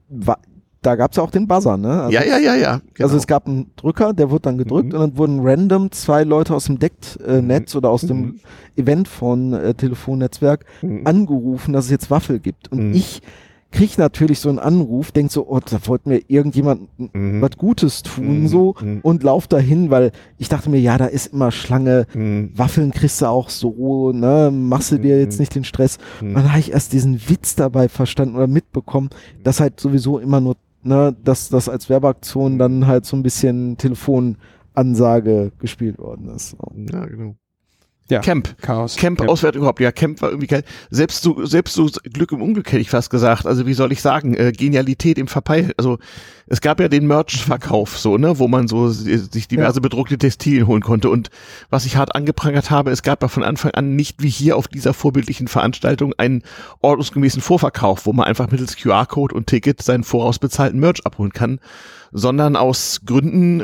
da gab es auch den Buzzer, ne? Also ja. Genau. Also es gab einen Drücker, der wurde dann gedrückt und dann wurden random 2 Leute aus dem Netz oder aus dem Event von Telefonnetzwerk angerufen, dass es jetzt Waffel gibt. Und ich krieg natürlich so einen Anruf, denk so, oh, da wollte mir irgendjemand was Gutes tun, so, und lauf dahin, weil ich dachte mir, ja, da ist immer Schlange, Waffeln kriegst du auch so, ne, machst du dir jetzt nicht den Stress. Und dann habe ich erst diesen Witz dabei verstanden oder mitbekommen, dass halt sowieso immer nur, ne, dass das als Werbeaktion dann halt so ein bisschen Telefonansage gespielt worden ist. So. Ja, genau. Ja, Camp. Chaos. Camp Auswertung überhaupt. Ja, Camp war irgendwie geil. Selbst so Glück im Unglück hätte ich fast gesagt. Also wie soll ich sagen, Genialität im Verpeil. Also es gab ja den Merch-Verkauf so, ne, wo man so sich diverse bedruckte Textilien holen konnte. Und was ich hart angeprangert habe, es gab ja von Anfang an nicht wie hier auf dieser vorbildlichen Veranstaltung einen ordnungsgemäßen Vorverkauf, wo man einfach mittels QR-Code und Ticket seinen vorausbezahlten Merch abholen kann. Sondern aus Gründen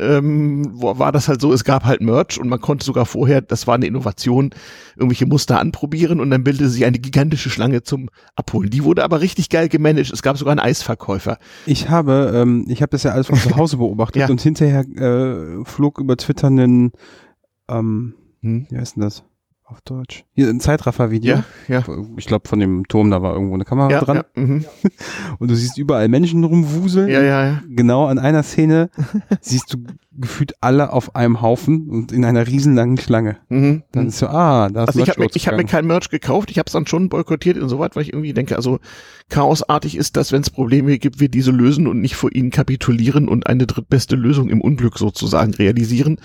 war das halt so, es gab halt Merch und man konnte sogar vorher, das war eine Innovation, irgendwelche Muster anprobieren und dann bildete sich eine gigantische Schlange zum Abholen. Die wurde aber richtig geil gemanagt. Es gab sogar einen Eisverkäufer. Ich habe das ja alles von zu Hause beobachtet und hinterher flog über Twitter wie heißt denn das? Auf Deutsch. Hier ein Zeitraffer-Video. Ja. Ich glaube, von dem Turm, da war irgendwo eine Kamera dran. Ja, und du siehst überall Menschen rumwuseln. Ja. Genau an einer Szene siehst du gefühlt alle auf einem Haufen und in einer riesenlangen Schlange. Dann ist so, da ist also ich hab mir kein Merch gekauft, ich habe es dann schon boykottiert insoweit, weil ich irgendwie denke, also chaosartig ist das, wenn es Probleme gibt, wir diese lösen und nicht vor ihnen kapitulieren und eine drittbeste Lösung im Unglück sozusagen realisieren.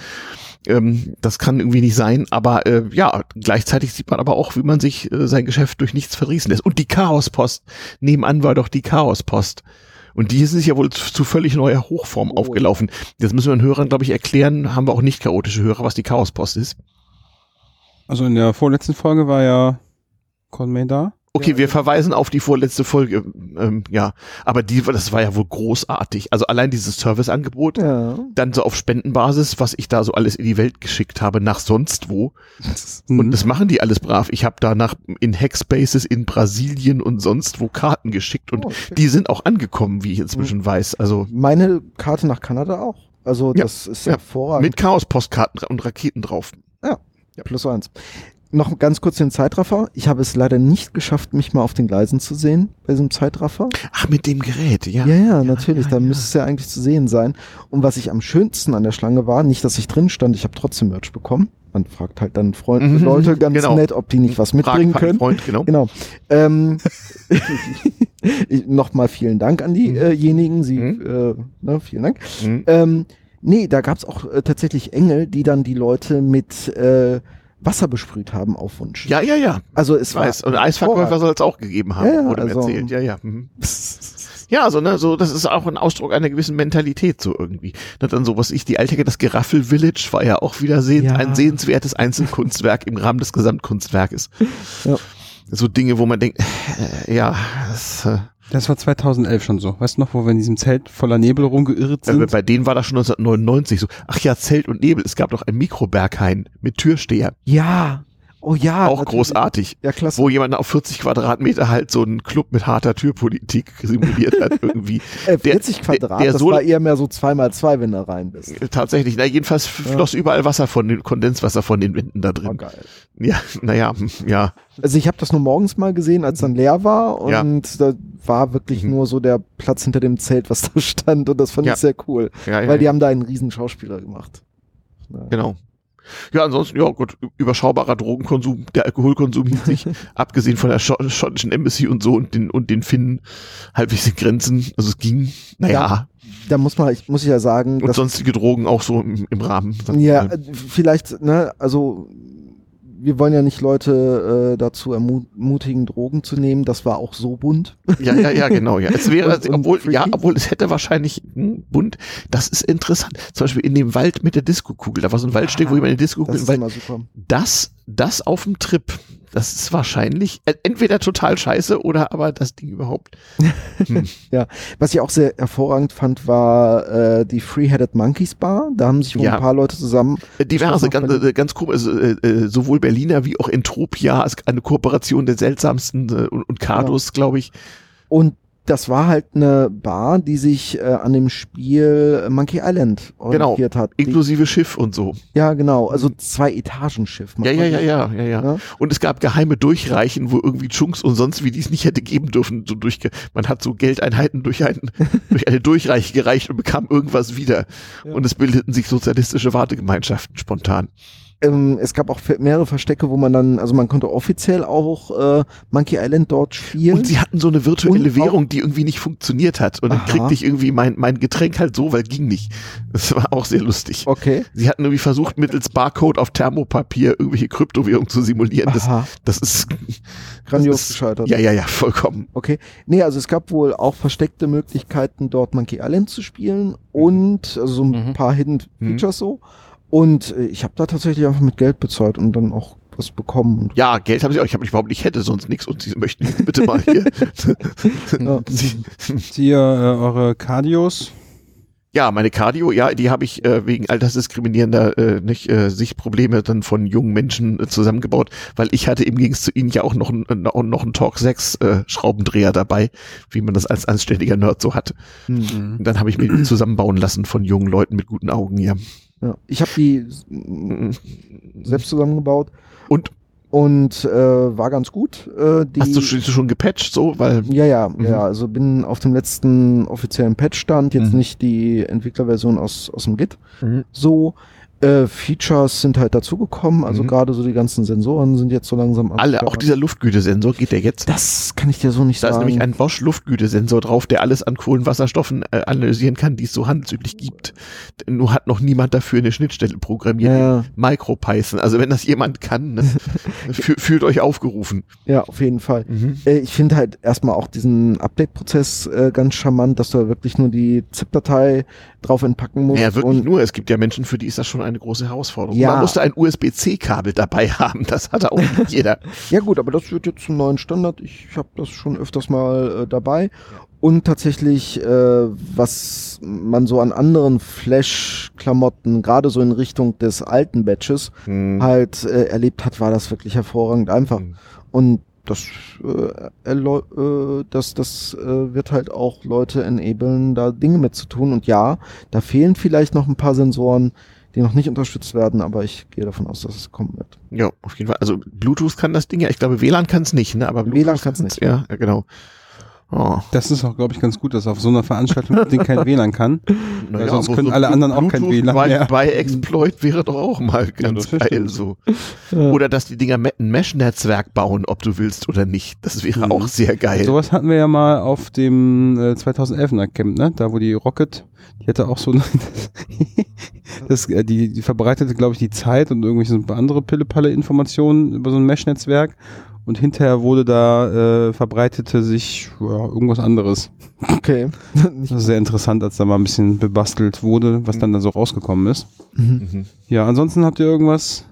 Das kann irgendwie nicht sein, aber gleichzeitig sieht man aber auch, wie man sich sein Geschäft durch nichts verrießen lässt. Und die Chaospost, nebenan war doch die Chaospost. Und die ist ja wohl zu völlig neuer Hochform aufgelaufen. Jetzt müssen wir den Hörern, glaube ich, erklären, haben wir auch nicht chaotische Hörer, was die Chaospost ist. Also in der vorletzten Folge war ja Conway da. Okay, wir verweisen auf die vorletzte Folge, ja, aber das war ja wohl großartig. Also allein dieses Serviceangebot, dann so auf Spendenbasis, was ich da so alles in die Welt geschickt habe, nach sonst wo. Und das machen die alles brav. Ich habe danach in Hackspaces in Brasilien und sonst wo Karten geschickt und die sind auch angekommen, wie ich inzwischen weiß. Also meine Karte nach Kanada auch. Also das ist hervorragend. Mit Chaos-Postkarten und Raketen drauf. Ja, +1. Noch ganz kurz den Zeitraffer. Ich habe es leider nicht geschafft, mich mal auf den Gleisen zu sehen bei diesem Zeitraffer. Ach, mit dem Gerät, ja. Ja, natürlich. Da müsste es ja eigentlich zu sehen sein. Und was ich am schönsten an der Schlange war, nicht, dass ich drin stand, ich habe trotzdem Merch bekommen. Man fragt halt dann Freunde, Leute ganz nett, ob die nicht was mitbringen können. Freund, genau. Nochmal vielen Dank an diejenigen. Vielen Dank. Nee, da gab's auch tatsächlich Engel, die dann die Leute mit Wasser besprüht haben auf Wunsch. Ja. Also es war und Eisverkäufer soll es auch gegeben haben, wurde mir erzählt. Ja. Ja, so das ist auch ein Ausdruck einer gewissen Mentalität so irgendwie. Dann so die alte, das Geraffel Village war ja auch wieder ein sehenswertes Einzelkunstwerk im Rahmen des Gesamtkunstwerkes. Ja. So Dinge, wo man denkt, das war 2011 schon so. Weißt du noch, wo wir in diesem Zelt voller Nebel rumgeirrt sind? Bei denen war das schon 1999 so. Ach ja, Zelt und Nebel. Es gab doch ein Mikroberghain mit Türsteher. Ja. Oh ja. Auch natürlich. Großartig. Ja, klasse. Wo jemand auf 40 Quadratmeter halt so einen Club mit harter Türpolitik simuliert hat irgendwie. 40 Quadrat, das war eher mehr so 2x2, wenn du rein bist. Tatsächlich. jedenfalls floss überall Kondenswasser von den Wänden da drin. Oh, geil. Ja. Also ich habe das nur morgens mal gesehen, als dann leer war und da war wirklich nur so der Platz hinter dem Zelt, was da stand und das fand ich sehr cool, weil die haben da einen riesen Schauspieler gemacht. Genau. Ja, ansonsten, gut, überschaubarer Drogenkonsum, der Alkoholkonsum hielt sich, abgesehen von der schottischen Embassy und so und den Finnen halbwegs in Grenzen, also es ging, Da muss ich ja sagen. Und sonstige Drogen auch so im Rahmen. Ja, vielleicht, also wir wollen ja nicht Leute dazu ermutigen, Drogen zu nehmen. Das war auch so bunt. Ja, genau. Ja, es wäre, obwohl es hätte wahrscheinlich bunt. Das ist interessant. Zum Beispiel in dem Wald mit der Diskokugel. Da war so ein Waldstück, wo jemand eine Diskokugel. Das ist immer super. Das auf dem Trip. Das ist wahrscheinlich entweder total scheiße oder aber das Ding überhaupt. Ja, was ich auch sehr hervorragend fand, war die Three-Headed Monkeys Bar. Da haben sich wohl ein paar Leute zusammen. Diverse, ganz komisch, sowohl Berliner wie auch Entropia, ist eine Kooperation der seltsamsten und Cardos, glaube ich. Und das war halt eine Bar, die sich an dem Spiel Monkey Island orientiert hat. Inklusive Schiff und so. Ja, genau. Also 2-Etagen-Schiff. Ja. Und es gab geheime Durchreichen, wo irgendwie Chunks und sonst wie die es nicht hätte geben dürfen. Man hat so Geldeinheiten durch eine Durchreiche gereicht und bekam irgendwas wieder. Ja. Und es bildeten sich sozialistische Wartegemeinschaften spontan. Es gab auch mehrere Verstecke, wo man dann, also man konnte offiziell auch Monkey Island dort spielen. Und sie hatten so eine virtuelle Währung, die irgendwie nicht funktioniert hat. Und dann kriegte ich irgendwie mein Getränk halt so, weil ging nicht. Das war auch sehr lustig. Okay. Sie hatten irgendwie versucht, mittels Barcode auf Thermopapier irgendwelche Kryptowährungen zu simulieren. Das ist grandios gescheitert. Ja, vollkommen. Okay. Nee, also es gab wohl auch versteckte Möglichkeiten, dort Monkey Island zu spielen und also so ein paar Hidden Features so. Und ich habe da tatsächlich einfach mit Geld bezahlt und dann auch was bekommen. Ja, Geld haben sie auch. Ich habe überhaupt nicht, hätte sonst nichts und sie möchten bitte mal hier. Hier eure Cardios. Ja, meine Cardio, die habe ich wegen altersdiskriminierender Sichtprobleme dann von jungen Menschen zusammengebaut, weil ich hatte im Gegensatz zu ihnen ja auch noch einen Torx 6 Schraubendreher dabei, wie man das als anständiger Nerd so hat. Und dann habe ich mir die zusammenbauen lassen von jungen Leuten mit guten Augen, ja. Ja, ich habe die selbst zusammengebaut und war ganz gut. Hast du schon gepatcht so? Weil ja, also bin auf dem letzten offiziellen Patch-Stand, jetzt nicht die Entwicklerversion aus dem Git. So, Features sind halt dazugekommen, also gerade so die ganzen Sensoren sind jetzt so langsam alle, auch dieser Luftgütesensor, geht der jetzt? Das kann ich dir so nicht sagen. Da ist nämlich ein Bosch Luftgütesensor drauf, der alles an Kohlenwasserstoffen analysieren kann, die es so handelsüblich gibt. Nur hat noch niemand dafür eine Schnittstelle programmiert. Ja. MicroPython. Also wenn das jemand kann, ne, fühlt euch aufgerufen. Ja, auf jeden Fall. Ich finde halt erstmal auch diesen Update-Prozess ganz charmant, dass du da wirklich nur die ZIP-Datei drauf entpacken musst. Ja, wirklich nur. Es gibt ja Menschen, für die ist das schon eine große Herausforderung. Ja. Man musste ein USB-C-Kabel dabei haben, das hatte auch nicht jeder. Ja gut, aber das wird jetzt zum neuen Standard. Ich habe das schon öfters mal dabei. Und tatsächlich, was man so an anderen Flash-Klamotten, gerade so in Richtung des alten Batches, halt erlebt hat, war das wirklich hervorragend einfach. Und das wird halt auch Leute enablen, da Dinge mit zu tun. Und ja, da fehlen vielleicht noch ein paar Sensoren, die noch nicht unterstützt werden, aber ich gehe davon aus, dass es kommen wird. Ja, auf jeden Fall. Also Bluetooth kann das Ding ja. Ich glaube, WLAN kann es nicht, ne? Aber Bluetooth WLAN kann es nicht. Ja, genau. Oh. Das ist auch, glaube ich, ganz gut, dass auf so einer Veranstaltung das Ding kein WLAN kann. Weil sonst aber können so alle anderen auch kein WLAN mehr. Bei Exploit wäre doch auch mal ganz das geil stimmt. so. Oder dass die Dinger ein Mesh-Netzwerk bauen, ob du willst oder nicht. Das wäre auch sehr geil. Sowas hatten wir ja mal auf dem 2011er Camp, ne? Da wo die Rocket, die hatte auch so die verbreitete, glaube ich, die Zeit und irgendwelche so andere Pille-Palle-Informationen über so ein Mesh-Netzwerk. Und hinterher wurde da, verbreitete sich irgendwas anderes. Okay. Das ist sehr interessant, als da mal ein bisschen bebastelt wurde, was dann da so rausgekommen ist. Ja, ansonsten habt ihr irgendwas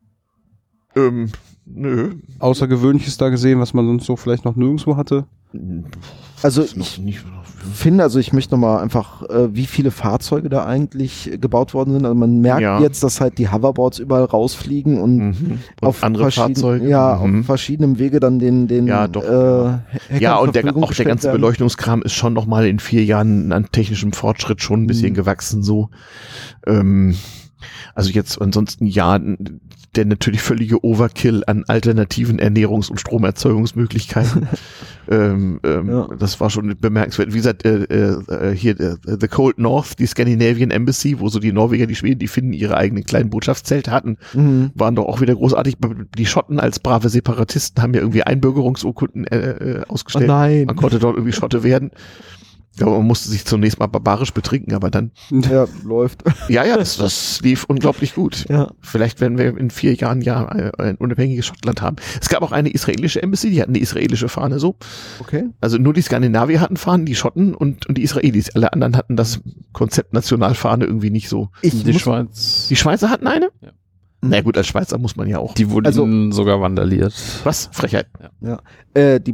Nö. Außergewöhnliches da gesehen, was man sonst so vielleicht noch nirgendwo hatte? Also Ist noch ich nicht- finde, also ich möchte nochmal einfach, wie viele Fahrzeuge da eigentlich gebaut worden sind. Also man merkt Ja. jetzt, dass halt die Hoverboards überall rausfliegen und Und auf andere Fahrzeuge. Ja, Mhm. auf verschiedenem Wege dann den Ja, doch. Hackern Ja, und zur Verfügung auch der gestellt ganze werden. Beleuchtungskram ist schon nochmal in 4 Jahren an technischem Fortschritt schon ein bisschen gewachsen so. Also jetzt ansonsten ja, der natürlich völlige Overkill an alternativen Ernährungs- und Stromerzeugungsmöglichkeiten. Das war schon bemerkenswert. Wie gesagt, hier The Cold North, die Scandinavian Embassy, wo so die Norweger, die Schweden, die Finnen ihre eigenen kleinen Botschaftszelte hatten, waren doch auch wieder großartig. Die Schotten als brave Separatisten haben ja irgendwie Einbürgerungsurkunden ausgestellt. Oh nein. Man konnte dort irgendwie Schotte werden. Ja, man musste sich zunächst mal barbarisch betrinken, aber dann, Ja, läuft. ja, das lief unglaublich gut. Ja. Vielleicht werden wir in 4 Jahren ein unabhängiges Schottland haben. Es gab auch eine israelische Embassy, die hatten eine israelische Fahne so. Okay. Also nur die Skandinavier hatten Fahnen, die Schotten und die Israelis. Alle anderen hatten das Konzept Nationalfahne irgendwie nicht so. Die Schweiz, Die Schweizer hatten eine? Ja. Na gut, als Schweizer muss man ja auch. die wurde Also- ihnen sogar vandaliert. Was? Frechheit. Die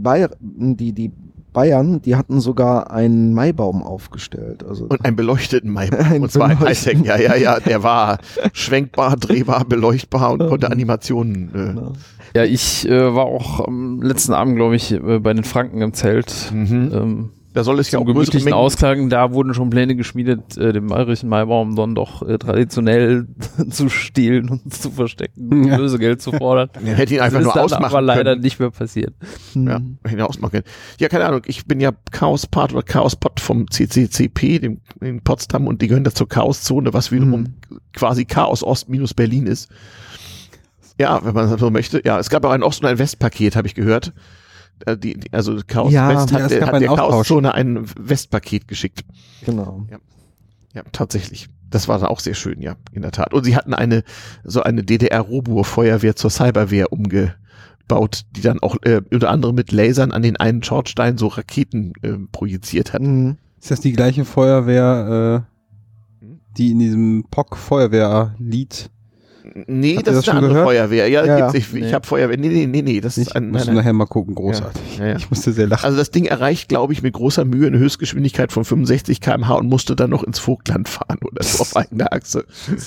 Bayern, die hatten sogar einen Maibaum aufgestellt. Also Und einen beleuchteten Maibaum. Ein Und zwar ein beleuchteten. Hightech. Ja. Der war schwenkbar, drehbar, beleuchtbar und konnte Animationen. Ja, ich war auch am letzten Abend, glaube ich, bei den Franken im Zelt. Da soll es ja Zum auch größere gemütlichen Mengen. Ausklang, da wurden schon Pläne geschmiedet, den bayerischen Maibaum dann doch traditionell zu stehlen und zu verstecken, Ja. Lösegeld zu fordern. Man hätte ihn Das einfach ist nur dann ausmachen aber leider können. nicht mehr passiert. Ja, hätte ihn ausmachen können. Ja, keine Ahnung. Ich bin ja Chaos-Part oder Chaos-Pod vom CCCP, dem in Potsdam, und die gehören da zur Chaos-Zone, was wiederum quasi Chaos Ost minus Berlin ist. Ja, wenn man so möchte. Ja, es gab auch ein Ost- und ein Westpaket, habe ich gehört. Also Chaos Ja, West ja, hat, es gab hat einen der Austausch. Chaos-Zone ein Westpaket geschickt. Genau. Ja, tatsächlich. Das war dann auch sehr schön, ja, in der Tat. Und sie hatten eine DDR-Robur-Feuerwehr zur Cyberwehr umgebaut, die dann auch unter anderem mit Lasern an den einen Schornstein so Raketen projiziert hat. Ist das die gleiche Feuerwehr, die in diesem POC-Feuerwehr-Lied? Nee, Habt ihr das das ist eine schon andere gehört? Feuerwehr. Ja, Ja, gibt's nicht. Ich Nee. habe Feuerwehr. Nee, das Nicht? ist ein, Musst du nein. nachher mal gucken, großartig. Ja. Ich musste sehr lachen. Also das Ding erreicht, glaube ich, mit großer Mühe eine Höchstgeschwindigkeit von 65 km/h und musste dann noch ins Vogtland fahren oder so auf eigener Achse.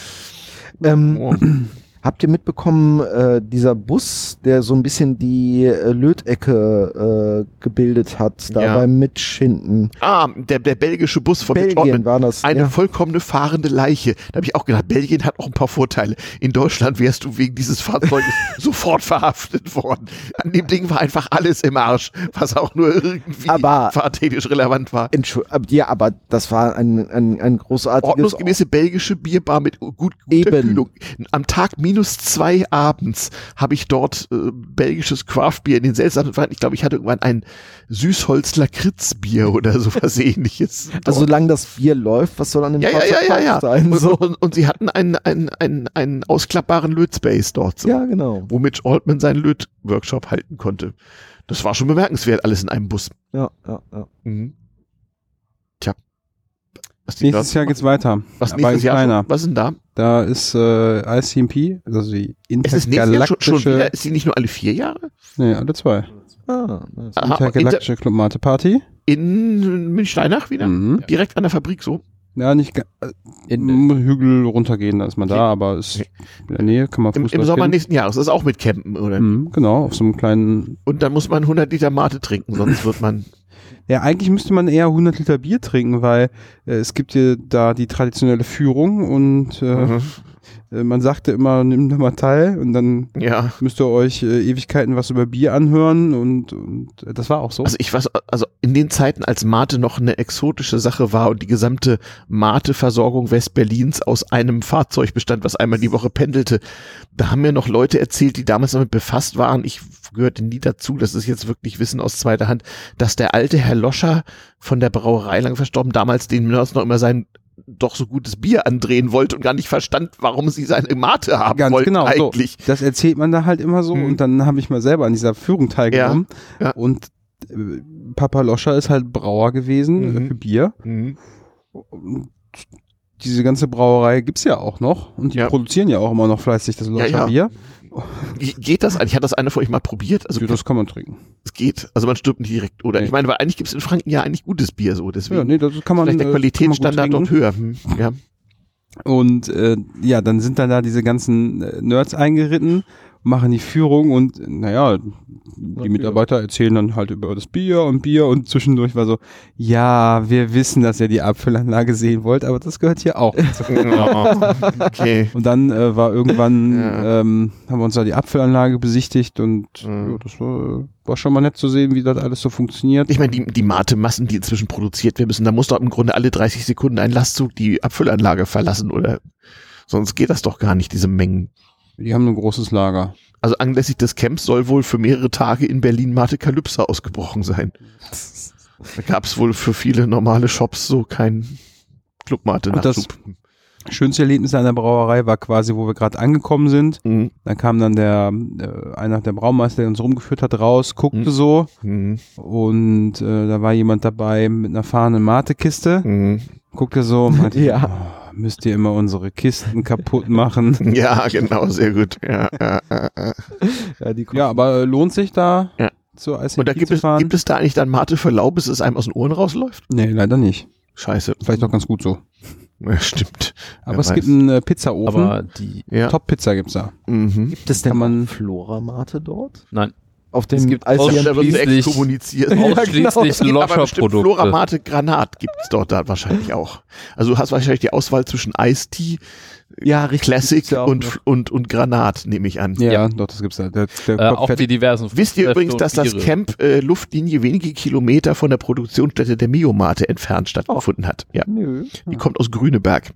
Oh. Habt ihr mitbekommen, dieser Bus, der so ein bisschen die Lötecke gebildet hat, da Ja. beim Mitch hinten? Der belgische Bus von Mitch Belgien Ortman. war das. Eine ja. vollkommene fahrende Leiche. Da habe ich auch gedacht, Belgien hat auch ein paar Vorteile. In Deutschland wärst du wegen dieses Fahrzeuges sofort verhaftet worden. An dem Ding war einfach alles im Arsch, was auch nur irgendwie Aber- fahrtechnisch relevant war. Ja, aber das war ein großartiges... Ordnungsgemäße belgische Bierbar mit guter Eben. Kühlung. Am Tag -2 abends habe ich dort belgisches Craftbier in den seltsamen Weinen. Ich glaube, ich hatte irgendwann ein Süßholz-Lakritz-Bier oder sowas ähnliches. Also solange das Bier läuft, was soll an dem Fahrzeug falsch sein? Und, So. und sie hatten einen ausklappbaren Lötspace dort, so, Ja, genau. wo Mitch Altman seinen Lötworkshop halten konnte. Das war schon bemerkenswert, alles in einem Bus. Ja. Tja. Was die Nächstes da- Jahr geht's weiter. was aber nächstes Jahr kleiner. schon? Was ist denn da? Da ist ICMP, also die Es ist nächstes Jahr schon intergalaktische, wieder, ist sie nicht nur alle 4 Jahre? nee, alle 2. nice. Aha, Intergalaktische Club Mate Party. in Münchsteinach wieder? Mhm. Direkt an der Fabrik so? Ja, nicht Hügel runtergehen, da ist man da, aber ist in der Nähe, kann man Im Fußball Sommer spielen. nächsten Jahres. Das ist auch mit Campen, oder? Genau, auf so einem kleinen. Und dann muss man 100 Liter Mate trinken, sonst wird man... Ja, eigentlich müsste man eher 100 Liter Bier trinken, weil es gibt ja da die traditionelle Führung und man sagte immer, nimm da mal teil und dann Ja. müsst ihr euch Ewigkeiten was über Bier anhören und das war auch so. Also ich weiß, also in den Zeiten, als Mate noch eine exotische Sache war und die gesamte Mate-Versorgung Westberlins aus einem Fahrzeug bestand, was einmal die Woche pendelte, da haben mir noch Leute erzählt, die damals damit befasst waren, ich gehörte nie dazu, das ist jetzt wirklich Wissen aus zweiter Hand, dass der alte Herr Loscher von der Brauerei, lang verstorben, damals den Nerds noch immer sein doch so gutes Bier andrehen wollte und gar nicht verstand, warum sie seine Mate haben Ganz wollten genau, eigentlich. so. Das erzählt man da halt immer so und dann habe ich mal selber an dieser Führung teilgenommen Ja. und Papa Loscher ist halt Brauer gewesen für Bier. Mhm. Und diese ganze Brauerei gibt's ja auch noch und die Ja. produzieren ja auch immer noch fleißig das Loscher Ja. Bier. Geht das eigentlich? Hat das einer von euch mal probiert? Also Ja, das kann man trinken. es geht. Also man stirbt nicht direkt. Oder Nee. ich meine, weil eigentlich gibt es in Franken ja eigentlich gutes Bier so. Deswegen Ja, nee, das kann man vielleicht der kann man gut Qualitätsstandard trinken. dort höher. Ja. Und ja, dann sind dann da diese ganzen Nerds eingeritten, machen die Führung und naja, die Mitarbeiter erzählen dann halt über das Bier und zwischendurch war so, ja, wir wissen, dass ihr die Abfüllanlage sehen wollt, aber das gehört hier auch dazu. Okay. Und dann war irgendwann, Ja. haben wir uns da die Abfüllanlage besichtigt und ja, das war schon mal nett zu sehen, wie das alles so funktioniert. Ich meine, die Mate-Massen, die inzwischen produziert werden müssen, da muss doch im Grunde alle 30 Sekunden ein Lastzug die Abfüllanlage verlassen, oder? Sonst geht das doch gar nicht, diese Mengen. Die haben ein großes Lager. Also anlässlich des Camps soll wohl für mehrere Tage in Berlin Mate-Kalypse ausgebrochen sein. Da gab es wohl für viele normale Shops so kein Club-Mate-Nachschub. Schönste Erlebnis an der Brauerei war quasi, wo wir gerade angekommen sind. Mhm. Da kam dann einer der Braumeister, der uns rumgeführt hat, raus, guckte so Mhm. und da war jemand dabei mit einer fahrenden Mate-Kiste, Mhm. guckte so und meinte, Ja. oh, müsst ihr immer unsere Kisten kaputt machen. Ja, genau, sehr gut. Ja. Ja, die Ja, aber lohnt sich da Ja. zur ICP Und da gibt zu fahren? gibt es da eigentlich dann Mate für lau, bis es einem aus den Ohren rausläuft? Nee, leider nicht. Scheiße. Vielleicht auch ganz gut so. Ja, stimmt. Aber Wer es weiß. gibt einen Pizzaofen. Aber die, Ja. Top-Pizza gibt's da. Mhm. Gibt es denn Kann man- Flora-Mate dort? nein, Auf dem Es gibt Da wird sie Ausschließlich- exkommuniziert. ausschließlich Aber bestimmt Loscher-Produkte. Floramate Granat gibt es dort da wahrscheinlich auch. Also du hast wahrscheinlich die Auswahl zwischen Ice-Tea, Ja, richtig. Classic Gibt's ja auch noch. und Granat, nehme ich an. Ja, Ja. doch, das gibt's da. Der Kopf Auch fährt- die diversen Wisst ihr Fruchtsäfte übrigens, und dass das Biere. Camp Luftlinie wenige Kilometer von der Produktionsstätte der Miomate entfernt stattgefunden hat? Ja. Nö. Die kommt aus Grüneberg.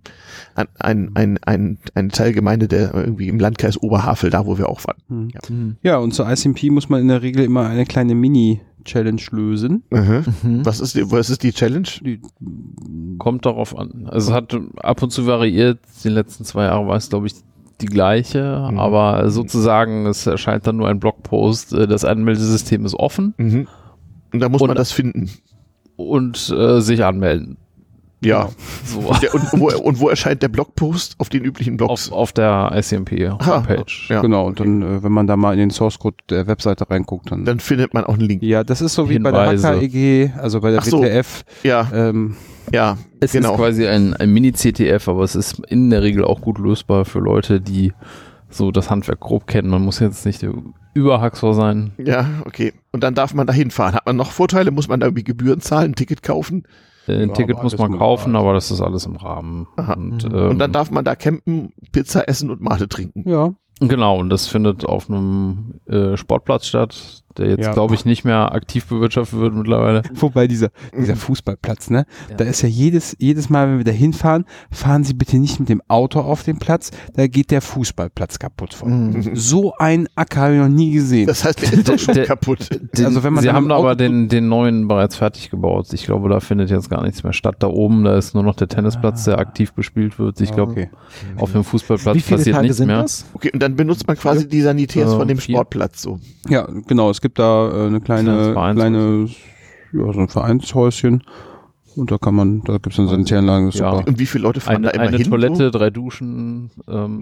Eine Teilgemeinde der irgendwie im Landkreis Oberhavel, da wo wir auch waren. Ja, und zur ICP muss man in der Regel immer eine kleine Mini-Challenge lösen. Mhm. Was ist die Challenge? Die, Kommt darauf an. Also es hat ab und zu variiert. Die letzten 2 Jahre war es, glaube ich, die gleiche. Aber sozusagen, es erscheint dann nur ein Blogpost. Das Anmeldesystem ist offen Mhm. Und da muss Und- man das finden. und sich anmelden. Ja. So. Und wo erscheint der Blogpost? Auf den üblichen Blogs. Auf der ICMP-Homepage. Ja. Genau, und dann, wenn man da mal in den Source-Code der Webseite reinguckt, dann... Dann findet man auch einen Link. Ja, das ist so wie bei der Hinweise. HKEG, also bei der Ach so. WTF. Ja, ja, Es genau. ist quasi ein Mini-CTF, aber es ist in der Regel auch gut lösbar für Leute, die so das Handwerk grob kennen. Man muss jetzt nicht der Überhaxor sein. Ja, okay. Und dann darf man da hinfahren. Hat man noch Vorteile? Muss man da irgendwie Gebühren zahlen, ein Ticket kaufen? Ein Ja, Ticket aber muss alles man mit kaufen, Preis. aber das ist alles im Rahmen. Aha. Und Und dann darf man da campen, Pizza essen und Mate trinken. Ja, genau, und das findet auf einem Sportplatz statt, der jetzt, Ja. glaube ich, nicht mehr aktiv bewirtschaftet wird mittlerweile. wobei dieser Fußballplatz, ne? Ja. Da ist ja jedes Mal, wenn wir da hinfahren, fahren Sie bitte nicht mit dem Auto auf den Platz, da geht der Fußballplatz kaputt von. Mhm. So ein Acker habe ich noch nie gesehen. Das heißt, der ist doch schon Der- kaputt. Also wenn man Sie dann haben im aber Auto- den neuen bereits fertig gebaut. Ich glaube, da findet jetzt gar nichts mehr statt. Da oben, da ist nur noch der Tennisplatz, der aktiv bespielt wird. Ich glaube, Okay. auf dem Fußballplatz Wie viele passiert Tage nichts sind mehr. das? Okay, und dann benutzt man quasi die Sanitärs von dem 4. Sportplatz so. Ja, genau, es gibt da eine Kleines kleine, Vereinshäuschen. ja, so ein Vereinshäuschen Und da gibt es eine Sanitäranlage, das ist Ja. super. Und wie viele Leute fahren da immer Eine hin? Toilette, 3 Duschen.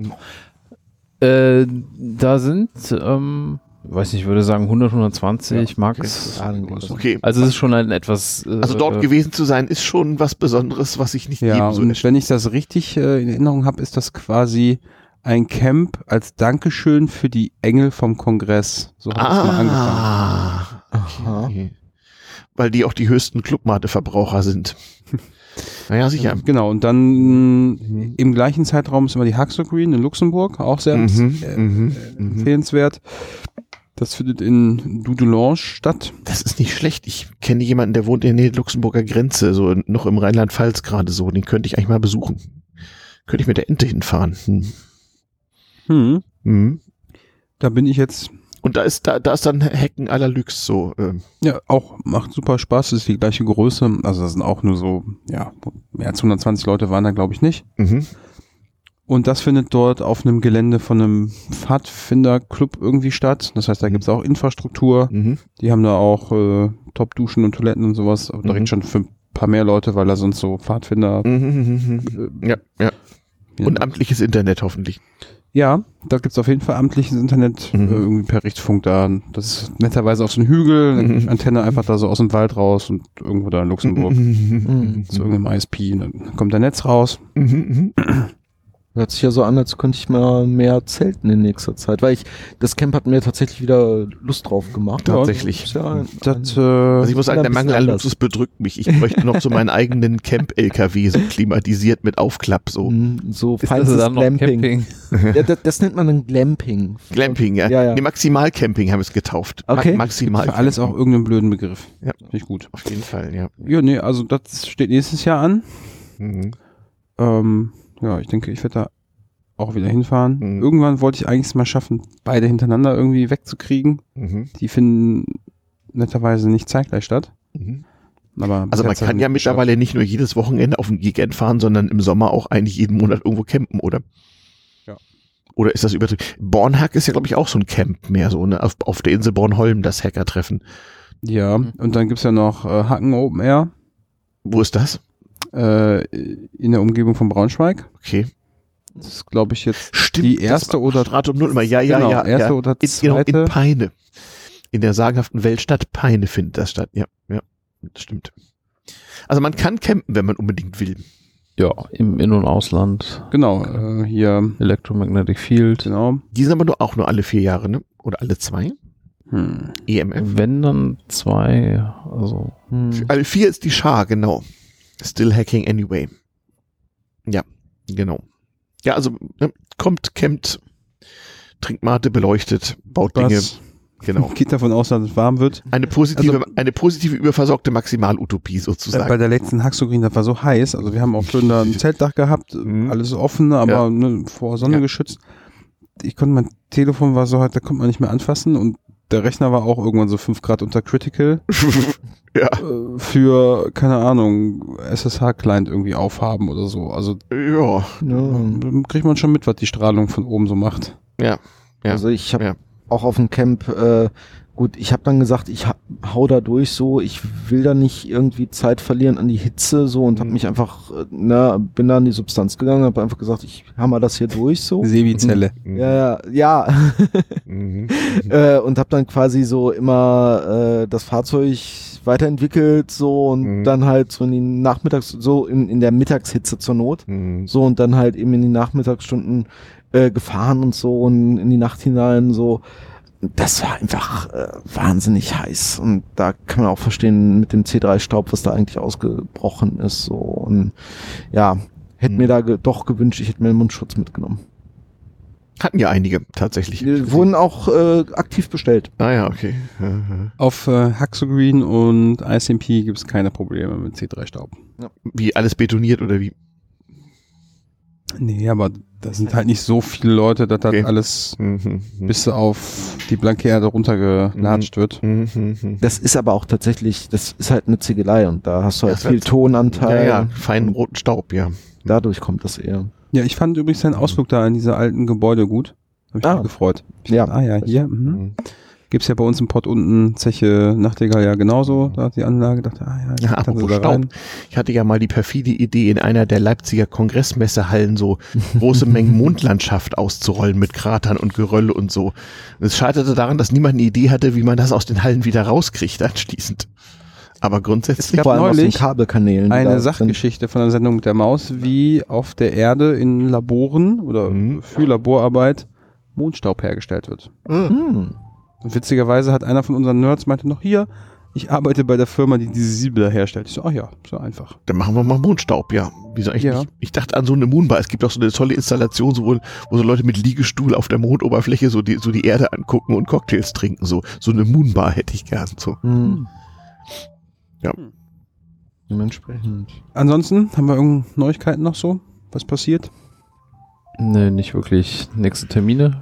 Da sind, weiß nicht, ich würde sagen 100, 120 Max. Okay. Also es ist schon ein etwas... Also dort gewesen zu sein, ist schon was Besonderes, was ich nicht Ja, jedem so und wenn ich das richtig in Erinnerung habe, ist das quasi ein Camp als Dankeschön für die Engel vom Kongress. So hat es mal angefangen. Aha. Okay. Weil die auch die höchsten Clubmate-Verbraucher sind. Naja, sicher. Genau, und dann im gleichen Zeitraum ist immer die Haxo Green in Luxemburg, auch sehr empfehlenswert. Das findet in Dudelange statt. Das ist nicht schlecht. Ich kenne jemanden, der wohnt in der Nähe der Luxemburger Grenze, so noch im Rheinland-Pfalz gerade so. Den könnte ich eigentlich mal besuchen. Könnte ich mit der Ente hinfahren. Da bin ich jetzt. Und da ist dann Hecken à la Luxe so. Ja, auch macht super Spaß, ist die gleiche Größe. Also das sind auch nur so, ja, mehr als 120 Leute waren da, glaube ich, nicht. Und das findet dort auf einem Gelände von einem Pfadfinderclub irgendwie statt. Das heißt, da gibt's auch Infrastruktur. Die haben da auch Top-Duschen und Toiletten und sowas. Aber direkt schon für ein paar mehr Leute, weil da sonst so Pfadfinder... Ja. Und amtliches Internet hoffentlich. Ja, da gibt's auf jeden Fall amtliches Internet, irgendwie per Richtfunk da. Das ist netterweise auf so einem Hügel, dann die Antenne einfach da so aus dem Wald raus und irgendwo da in Luxemburg zu irgendeinem ISP. Und dann kommt der Netz raus. Hört sich ja so an, als könnte ich mal mehr zelten in nächster Zeit, weil das Camp hat mir tatsächlich wieder Lust drauf gemacht. Tatsächlich. Ist ja Also ich muss sagen, der Mangel an anders. Luxus bedrückt mich. Ich bräuchte noch so meinen eigenen Camp-LKW, so klimatisiert mit Aufklapp, so. So ist das feines dann noch Glamping. Ja, das nennt man ein Glamping. Glamping, ja. Ja. Nee, Maximal-Camping haben wir es getauft. Okay. Maximal. Für alles auch irgendeinen blöden Begriff. Ja. Finde ich gut. Auf jeden Fall, ja. Ja, nee, also das steht nächstes Jahr an. Ja, ich denke, ich werde da auch wieder hinfahren. Irgendwann wollte ich eigentlich es mal schaffen, beide hintereinander irgendwie wegzukriegen. Die finden netterweise nicht zeitgleich statt. Aber Also man kann ja mittlerweile nicht nur jedes Wochenende auf ein Gigant fahren, sondern im Sommer auch eigentlich jeden Monat irgendwo campen, oder? Ja. Oder ist das übertrieben? Bornhack ist ja, glaube ich, auch so ein Camp mehr, so, ne? Auf der Insel Bornholm, das Hacker-Treffen. Ja, und dann gibt's ja noch Hacken Open Air. Wo ist das? In der Umgebung von Braunschweig. Okay. Das ist, glaube ich, jetzt Stimmt, die erste oder Stratum Null. Ja, genau, ja. erste oder Genau, zweite. in Peine. In der sagenhaften Weltstadt Peine findet das statt. Ja, das stimmt. Also man kann campen, wenn man unbedingt will. Ja, im In- und Ausland. Genau, hier. Electromagnetic Field. Genau. Die sind aber auch nur alle 4 Jahre, ne? Oder alle 2? EMF. Wenn dann 2, also. Alle 4 ist die Schar, genau. Still hacking anyway. Ja, genau. Ja, also kommt, campt, trinkt Mate, beleuchtet, baut Dinge. Was? Genau. Geht davon aus, dass es warm wird. Eine positive überversorgte Maximalutopie sozusagen. Bei der letzten Haxo Green, das war so heiß. Also wir haben auch schön da ein Zeltdach gehabt, alles offen, aber vor Sonne geschützt. Ich konnte, mein Telefon war so halt, da konnte man nicht mehr anfassen und der Rechner war auch irgendwann so 5 Grad unter Critical. Ja. Für, keine Ahnung, SSH-Client irgendwie aufhaben oder so. Also Ja. dann kriegt man schon mit, was die Strahlung von oben so macht. Ja. Also ich habe auch auf dem Camp, gut, ich habe dann gesagt, ich hau da durch so, ich will da nicht irgendwie Zeit verlieren an die Hitze so und habe mich einfach, bin da an die Substanz gegangen, habe einfach gesagt, ich hammer das hier durch so. Sebi-Zelle. Ja. Und habe dann quasi so immer das Fahrzeug weiterentwickelt so und dann halt so in die in der Mittagshitze zur Not so und dann halt eben in die Nachmittagsstunden gefahren und so und in die Nacht hinein so. Das war einfach wahnsinnig heiß und da kann man auch verstehen mit dem C3-Staub, was da eigentlich ausgebrochen ist so und ja, hätte mir da doch gewünscht, ich hätte mir einen Mundschutz mitgenommen. Hatten ja einige tatsächlich. Die wurden auch aktiv bestellt. Ah ja, okay. Auf Haxo Green und ICMP gibt es keine Probleme mit C3-Staub. Wie, alles betoniert oder wie? Nee, aber da sind halt nicht so viele Leute, dass das alles bis auf die blanke Erde runtergelatscht wird. Das ist aber auch tatsächlich, das ist halt eine Ziegelei und da hast du halt viel Tonanteil. Ja, feinen roten Staub, ja. Dadurch kommt das eher. Ja, ich fand übrigens seinen Ausflug da in diese alten Gebäude gut. Hab mich auch gefreut. Ja. Hier. Gibt es ja bei uns im Pott unten, Zeche Nachtigall ja genauso, da hat die Anlage, dachte, Ja, apropos Staub. Ich hatte ja mal die perfide Idee, in einer der Leipziger Kongressmessehallen so große Mengen Mondlandschaft auszurollen mit Kratern und Geröll und so. Und es scheiterte daran, dass niemand eine Idee hatte, wie man das aus den Hallen wieder rauskriegt anschließend. Aber grundsätzlich gab Vor allem aus den neulich Kabelkanälen. die eine da Sachgeschichte von der Sendung mit der Maus, wie auf der Erde in Laboren oder für Laborarbeit Mondstaub hergestellt wird. sind. Und witzigerweise hat einer von unseren Nerds meinte noch hier, ich arbeite bei der Firma, die diese Siebler herstellt. Ich so, ach ja, so einfach. Dann machen wir mal Mondstaub, ja. Wieso eigentlich Ja. nicht? Ich dachte an so eine Moonbar. Es gibt auch so eine tolle Installation, wo so Leute mit Liegestuhl auf der Mondoberfläche so die Erde angucken und Cocktails trinken. So eine Moonbar hätte ich gern. So. Ja. Dementsprechend. Ansonsten haben wir irgendeine Neuigkeiten noch so? Was passiert? Nee, nicht wirklich. Nächste Termine.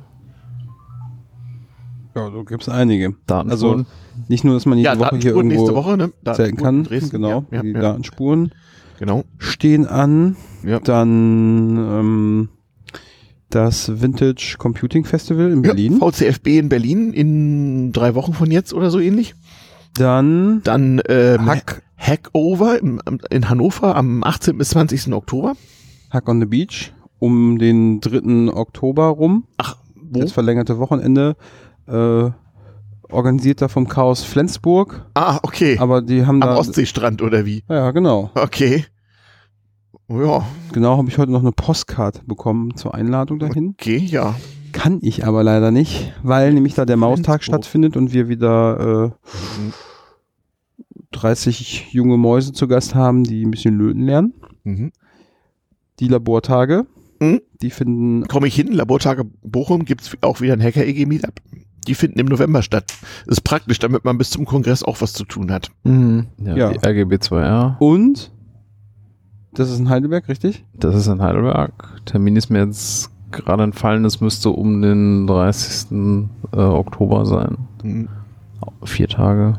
Ja, so gibt es einige. Datenspuren. Also nicht nur, dass man jede Woche hier Datenspuren irgendwo nächste Woche, ne? zählen kann. Dresden, Genau, ja, die ja. Datenspuren Genau. stehen an. Ja. Dann das Vintage Computing Festival in Berlin. Ja, VCFB in Berlin in 3 Wochen von jetzt oder so ähnlich. Dann Dann Hack Hackover in Hannover am 18. bis 20. Oktober. Hack on the Beach um den 3. Oktober rum. Ach, wo? Das verlängerte Wochenende. Organisiert da vom Chaos Flensburg. Ah, okay. Aber die haben Am da... Ostseestrand oder wie? Ja, genau. Okay. Ja, Genau, habe ich heute noch eine Postkarte bekommen zur Einladung dahin. okay, ja. Kann ich aber leider nicht, weil nämlich da der Maustag Flensburg. stattfindet und wir wieder 30 junge Mäuse zu Gast haben, die ein bisschen löten lernen. Mhm. Die Labortage, Mhm. die finden... Komme ich hin, Labortage Bochum, gibt's auch wieder ein Hacker-EG-Meetup. Die finden im November statt. Ist praktisch, damit man bis zum Kongress auch was zu tun hat. Ja. Die RGB2R. Und, das ist in Heidelberg, richtig? Das ist in Heidelberg. Termin ist mir jetzt gerade entfallen. Das müsste um den 30. Oktober sein. Mhm. 4 Tage.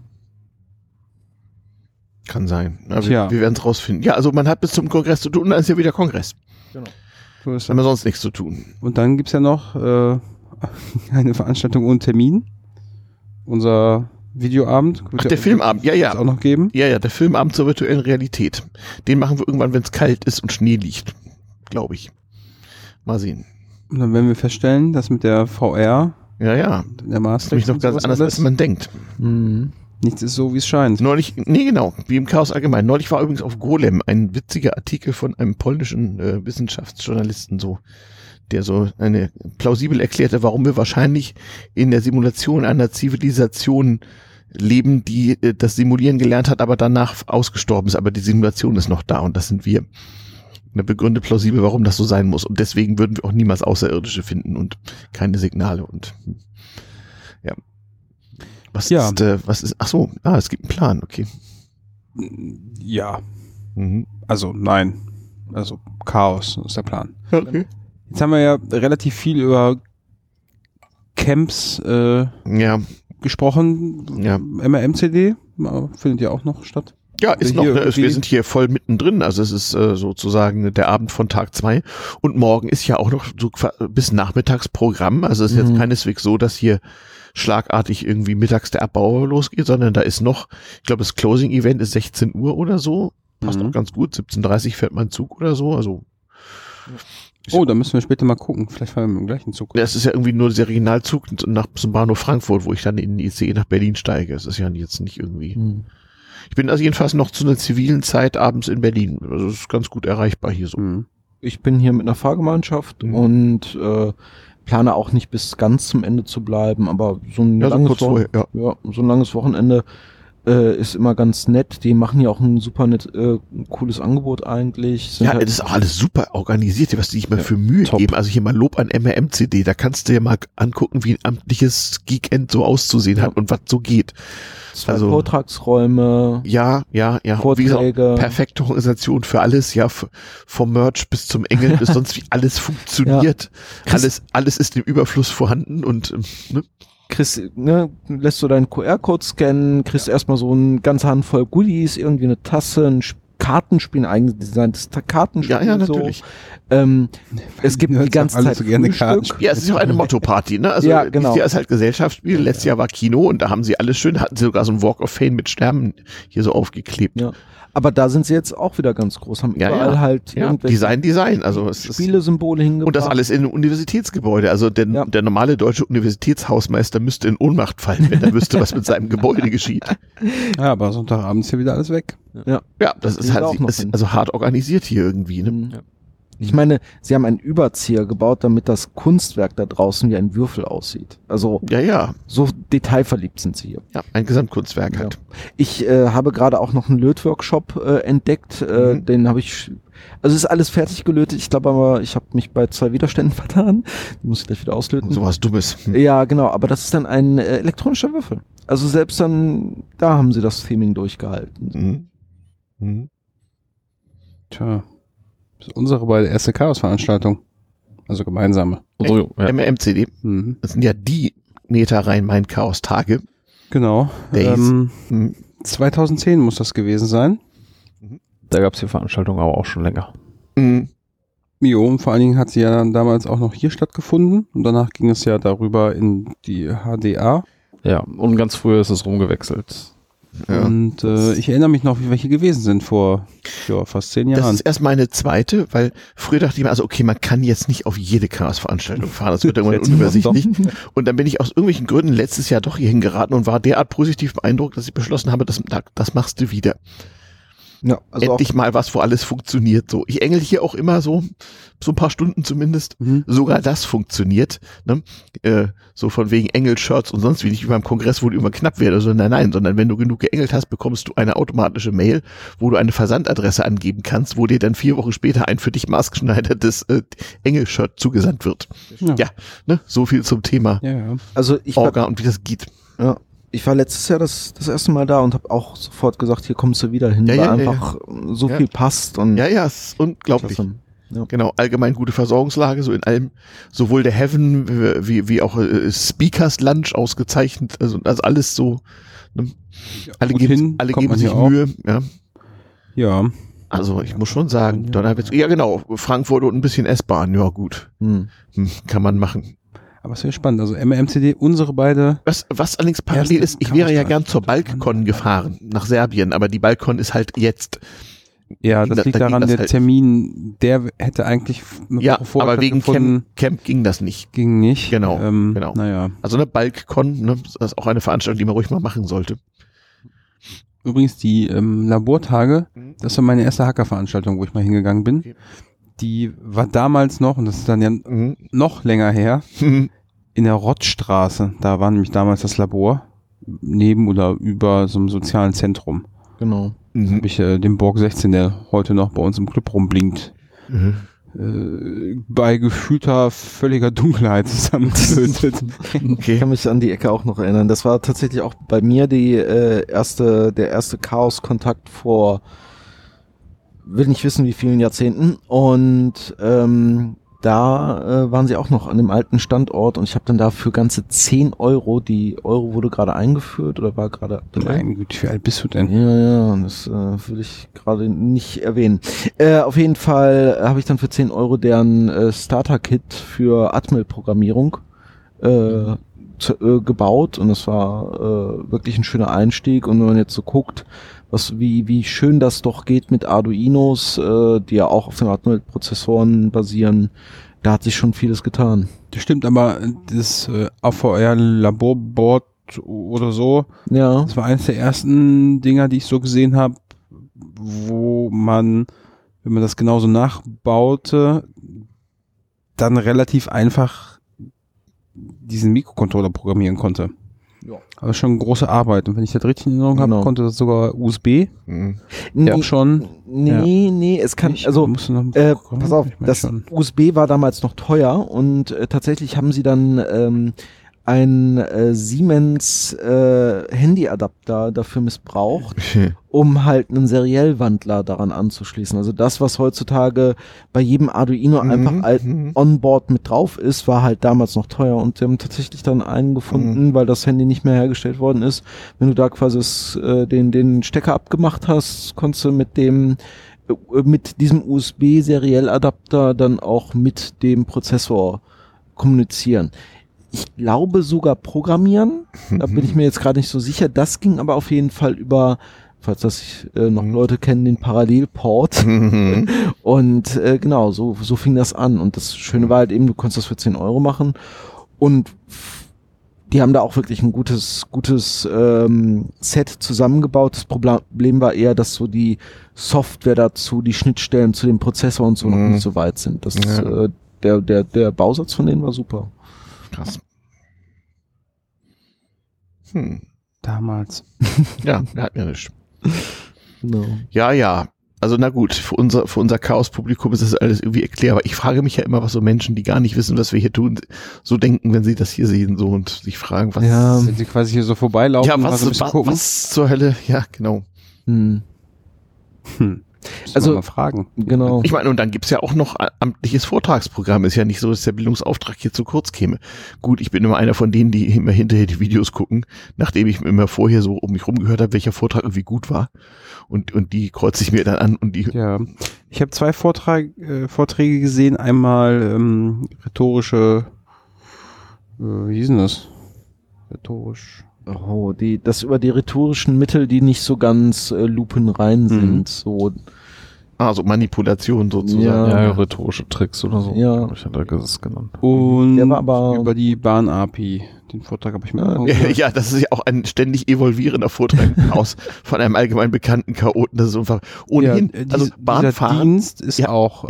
Kann sein. Aber Tja. wir werden es rausfinden. Ja, also man hat bis zum Kongress zu tun, dann ist ja wieder Kongress. So ist Haben wir das. sonst nichts zu tun. Und dann gibt's ja noch eine Veranstaltung ohne Termin. Unser Videoabend. Ach, der Filmabend, ja, Wird's ja. auch noch geben. Ja, der Filmabend zur virtuellen Realität. Den machen wir irgendwann, wenn es kalt ist und Schnee liegt. Glaube ich. Mal sehen. Und dann werden wir feststellen, dass mit der VR, Ja. der Das Master ist nämlich noch ganz anders, als man denkt. nichts ist so, wie es scheint. Neulich, nee, genau, wie im Chaos allgemein. Neulich war übrigens auf Golem ein witziger Artikel von einem polnischen Wissenschaftsjournalisten so, der so eine plausibel erklärte, warum wir wahrscheinlich in der Simulation einer Zivilisation leben, die das Simulieren gelernt hat, aber danach ausgestorben ist, aber die Simulation ist noch da und das sind wir. Eine begründet plausibel, warum das so sein muss. Und deswegen würden wir auch niemals Außerirdische finden und keine Signale und ja. Was ist, ach so, es gibt einen Plan, okay. Ja, Mhm. also nein. Also Chaos ist der Plan. Okay. Jetzt haben wir ja relativ viel über Camps Ja, gesprochen. Ja. MRMCD findet ja auch noch statt. ja, ist Hier noch, irgendwie- wir sind hier voll mittendrin, also es ist sozusagen der Abend von Tag 2 und morgen ist ja auch noch so bis Nachmittagsprogramm, also es ist jetzt keineswegs so, dass hier schlagartig irgendwie mittags der Abbau losgeht, sondern da ist noch, ich glaube das Closing-Event ist 16 Uhr oder so, passt Mhm. auch ganz gut, 17:30 fährt mein Zug oder so, also Oh, da müssen wir später mal gucken. Vielleicht fahren wir mit dem gleichen Zug. das ist ja irgendwie nur der Regionalzug zum Bahnhof Frankfurt, wo ich dann in die ICE nach Berlin steige, es ist ja jetzt nicht irgendwie... Ich bin also jedenfalls noch zu einer zivilen Zeit abends in Berlin. Also es ist ganz gut erreichbar hier so. Mhm. Ich bin hier mit einer Fahrgemeinschaft und plane auch nicht bis ganz zum Ende zu bleiben, aber so ein Ja, so langes kurz vorher, ja. so ein langes Wochenende ist immer ganz nett. Die machen ja auch ein super cooles Angebot eigentlich. Sind Ja, halt- das ist auch alles super organisiert, was die sich mal für Mühe top. geben. Also hier mal Lob an MRMCD. Da kannst du dir mal angucken, wie ein amtliches Geekend so auszusehen hat und was so geht. 2 also- Vortragsräume, Ja. Wie Vorträge. gesagt, perfekte Organisation für alles. Ja, vom Merch bis zum Engel bis sonst wie alles funktioniert. Alles ist im Überfluss vorhanden und ne? lässt du deinen QR-Code scannen, kriegst erstmal so eine ganze Handvoll Goodies, irgendwie eine Tasse, ein Kartenspielen, eigen designtes Kartenspiel. Ja, natürlich. Es gibt die ganze Zeit so gerne Frühstück. Karten spielen. Ja, es ist auch eine Motto-Party, ne? Also Ja, genau. dieses Jahr ist halt Gesellschaftsspiel, letztes Jahr war Kino und da haben sie alles schön, hatten sie sogar so ein Walk of Fame mit Sternen hier so aufgeklebt. Ja. Aber da sind sie jetzt auch wieder ganz groß, haben Ja, überall ja. halt Ja, irgendwelche Design, also es ist, Spielesymbole hingebracht. und das alles in einem Universitätsgebäude. Also der normale deutsche Universitätshausmeister müsste in Ohnmacht fallen, wenn er wüsste, was mit seinem Gebäude geschieht. Ja, aber Sonntagabend ist hier wieder alles weg. Ja. Ja, das Das ist halt auch noch ist hin. also hart organisiert hier irgendwie. Ne? Mhm. Ich meine, sie haben einen Überzieher gebaut, damit das Kunstwerk da draußen wie ein Würfel aussieht. Also Ja, so detailverliebt sind sie hier. ja, ein Gesamtkunstwerk halt. Ich habe gerade auch noch einen Lötworkshop entdeckt. Den habe ich, also ist alles fertig gelötet. Ich glaube aber, ich habe mich bei 2 Widerständen vertan. Die muss ich gleich wieder auslöten. Sowas Dummes. Ja, genau. Aber das ist dann ein elektronischer Würfel. Also selbst dann, da haben sie das Theming durchgehalten. Tja. Das ist unsere beide erste Chaos-Veranstaltung. Also gemeinsame. So, ja. MMCD. Mhm. Das sind ja die Meter Rhein-Main-Chaos-Tage. Genau. Days. 2010 muss das gewesen sein. Da gab es die Veranstaltung aber auch schon länger. Jo, und vor allen Dingen hat sie ja dann damals auch noch hier stattgefunden. Und danach ging es ja darüber in die HDA. Ja, und ganz früher ist es rumgewechselt. Ja. Und ich erinnere mich noch, wie welche gewesen sind vor fast 10 Das Jahren. ist erst meine zweite, weil früher dachte ich mir, also okay, man kann jetzt nicht auf jede Chaos-Veranstaltung fahren, das wird irgendwann Jetzt unübersichtlich. Und dann bin ich aus irgendwelchen Gründen letztes Jahr doch hier hingeraten und war derart positiv beeindruckt, dass ich beschlossen habe, das machst du wieder. Ja, also Endlich mal was, wo alles funktioniert. So, ich engel hier auch immer so ein paar Stunden zumindest. Sogar das funktioniert. Ne? So von wegen Engel-Shirts und sonst wie, nicht wie beim Kongress, wo du immer knapp werde, sondern nein, sondern wenn du genug geengelt hast, bekommst du eine automatische Mail, wo du eine Versandadresse angeben kannst, wo dir dann 4 Wochen später ein für dich maßgeschneidertes Engel-Shirt zugesandt wird. Ja, ne? So viel zum Thema Ja. also ich war, Orga und wie das geht. ja, ich war letztes Jahr das erste Mal da und habe auch sofort gesagt, hier kommst du wieder hin, Ja, weil ja, einfach so Ja. viel passt und Ja, es ist unglaublich. klasse. Ja. Genau, allgemein gute Versorgungslage, so in allem, sowohl der Heaven wie auch Speakers Lunch ausgezeichnet, also alles so, ne? Alle gut geben hin, kommt man sich hier auch. Mühe, ja. Ja. Also ich muss schon sagen, Donnerwitz, ja genau, Frankfurt und ein bisschen S-Bahn, ja gut, kann man machen. Aber es wäre spannend. Also MMCD, unsere beide. Was allerdings parallel Erste ist, ich wäre ja gern zur Chaos-Veranstaltung. Balkcon gefahren, nach Serbien, aber die Balkon ist halt jetzt. Ja, das Da liegt ging daran, das der halt Termin, der hätte eigentlich eine Ja, Woche vorher aber wegen stattgefunden. Camp ging das nicht. Ging nicht. Genau, genau. Naja. Also eine Balkcon, ne, das ist auch eine Veranstaltung, die man ruhig mal machen sollte. Übrigens die Labortage, das war meine erste Hacker-Veranstaltung, wo ich mal hingegangen bin. Okay. Die war damals noch, und das ist dann ja noch länger her, in der Rottstraße. Da war nämlich damals das Labor, neben oder über so einem sozialen Zentrum. Genau. Da habe ich den Borg 16, der heute noch bei uns im Club rumblinkt, bei gefühlter völliger Dunkelheit zusammengetötet. Ich kann mich an die Ecke auch noch erinnern. Das war tatsächlich auch bei mir der erste Chaos-Kontakt vor, will nicht wissen wie vielen Jahrzehnten. Und da waren sie auch noch an dem alten Standort und ich habe dann da für ganze 10 €, die Euro wurde gerade eingeführt oder war gerade Meine Güte, wie alt bist du denn? Ja, das will ich gerade nicht erwähnen. Auf jeden Fall habe ich dann für 10 € deren Starter-Kit für Atmel-Programmierung gebaut und das war wirklich ein schöner Einstieg und wenn man jetzt so guckt, wie schön das doch geht mit Arduinos, die ja auch auf den Atmel-Prozessoren basieren, da hat sich schon vieles getan. Das stimmt, aber das AVR-Laborboard oder so, Ja. das war eines der ersten Dinger, die ich so gesehen habe, wo man, wenn man das genauso nachbaute, dann relativ einfach diesen Mikrocontroller programmieren konnte. Ja. Aber schon große Arbeit. Und wenn ich das richtig in Erinnerung Genau. habe, konnte das sogar USB. Nee, Auch schon. Nee, es kann, Nicht? also Musst du noch pass auf, Ich mein das schon. USB war damals noch teuer und tatsächlich haben sie dann ein Siemens Handyadapter dafür missbraucht, um halt einen Seriellwandler daran anzuschließen. Also das, was heutzutage bei jedem Arduino einfach onboard mit drauf ist, war halt damals noch teuer und sie haben tatsächlich dann einen gefunden, weil das Handy nicht mehr hergestellt worden ist. Wenn du da quasi den Stecker abgemacht hast, konntest du mit diesem USB-Serielladapter dann auch mit dem Prozessor kommunizieren. Ich glaube sogar programmieren, da bin ich mir jetzt gerade nicht so sicher. Das ging aber auf jeden Fall über, falls das noch Leute kennen, den Parallelport. Und genau, so fing das an. Und das Schöne war halt eben, du konntest das für 10 € machen. Und die haben da auch wirklich ein gutes Set zusammengebaut. Das Problem war eher, dass so die Software dazu, die Schnittstellen zu dem Prozessor und so noch nicht so weit sind. Das der Bausatz von denen war super. Krass. Damals. Ja, er hat mir nichts. Genau. Ja. Also na gut, für unser Chaos-Publikum ist das alles irgendwie erklärbar. Ich frage mich ja immer, was so Menschen, die gar nicht wissen, was wir hier tun, so denken, wenn sie das hier sehen so und sich fragen, was... Ja, wenn sie quasi hier so vorbeilaufen, ja, was zur Hölle? Ja, genau. Also mal fragen. Genau. Ich meine, und dann gibt's ja auch noch amtliches Vortragsprogramm. Ist ja nicht so, dass der Bildungsauftrag hier zu kurz käme. Gut, ich bin immer einer von denen, die immer hinterher die Videos gucken, nachdem ich mir immer vorher so um mich rumgehört habe, welcher Vortrag irgendwie gut war. Und die kreuze ich mir dann an und die... Ja, ich habe 2 Vorträge gesehen. Einmal rhetorische, wie hieß denn das? Rhetorisch... Oh, das über die rhetorischen Mittel, die nicht so ganz lupenrein sind, so. Also Manipulation sozusagen. Ja, rhetorische Tricks oder so. Ja. Ich hatte das genannt. Und der war aber über die Bahn-API. Den Vortrag habe ich mir Ja, das ist ja auch ein ständig evolvierender Vortrag aus von einem allgemein bekannten Chaoten. Das ist einfach ohnehin, also Bahnfahren. Dieser Dienst ist auch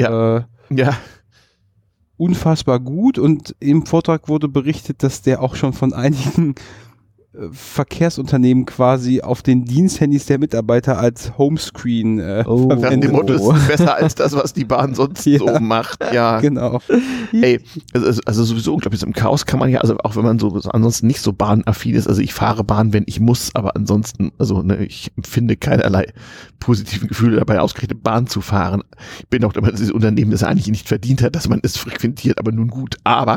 unfassbar gut und im Vortrag wurde berichtet, dass der auch schon von einigen Verkehrsunternehmen quasi auf den Diensthandys der Mitarbeiter als Homescreen nach dem Motto, ist besser als das, was die Bahn sonst so macht. Ja, genau. Ey, also sowieso unglaublich, im Chaos kann man ja, also auch wenn man so ansonsten nicht so bahnaffin ist, also ich fahre Bahn, wenn ich muss, aber ansonsten, also ich empfinde keinerlei positiven Gefühle dabei, ausgerechnet Bahn zu fahren. Ich bin auch immer dieses Unternehmen, das eigentlich nicht verdient hat, dass man es frequentiert, aber nun gut. Aber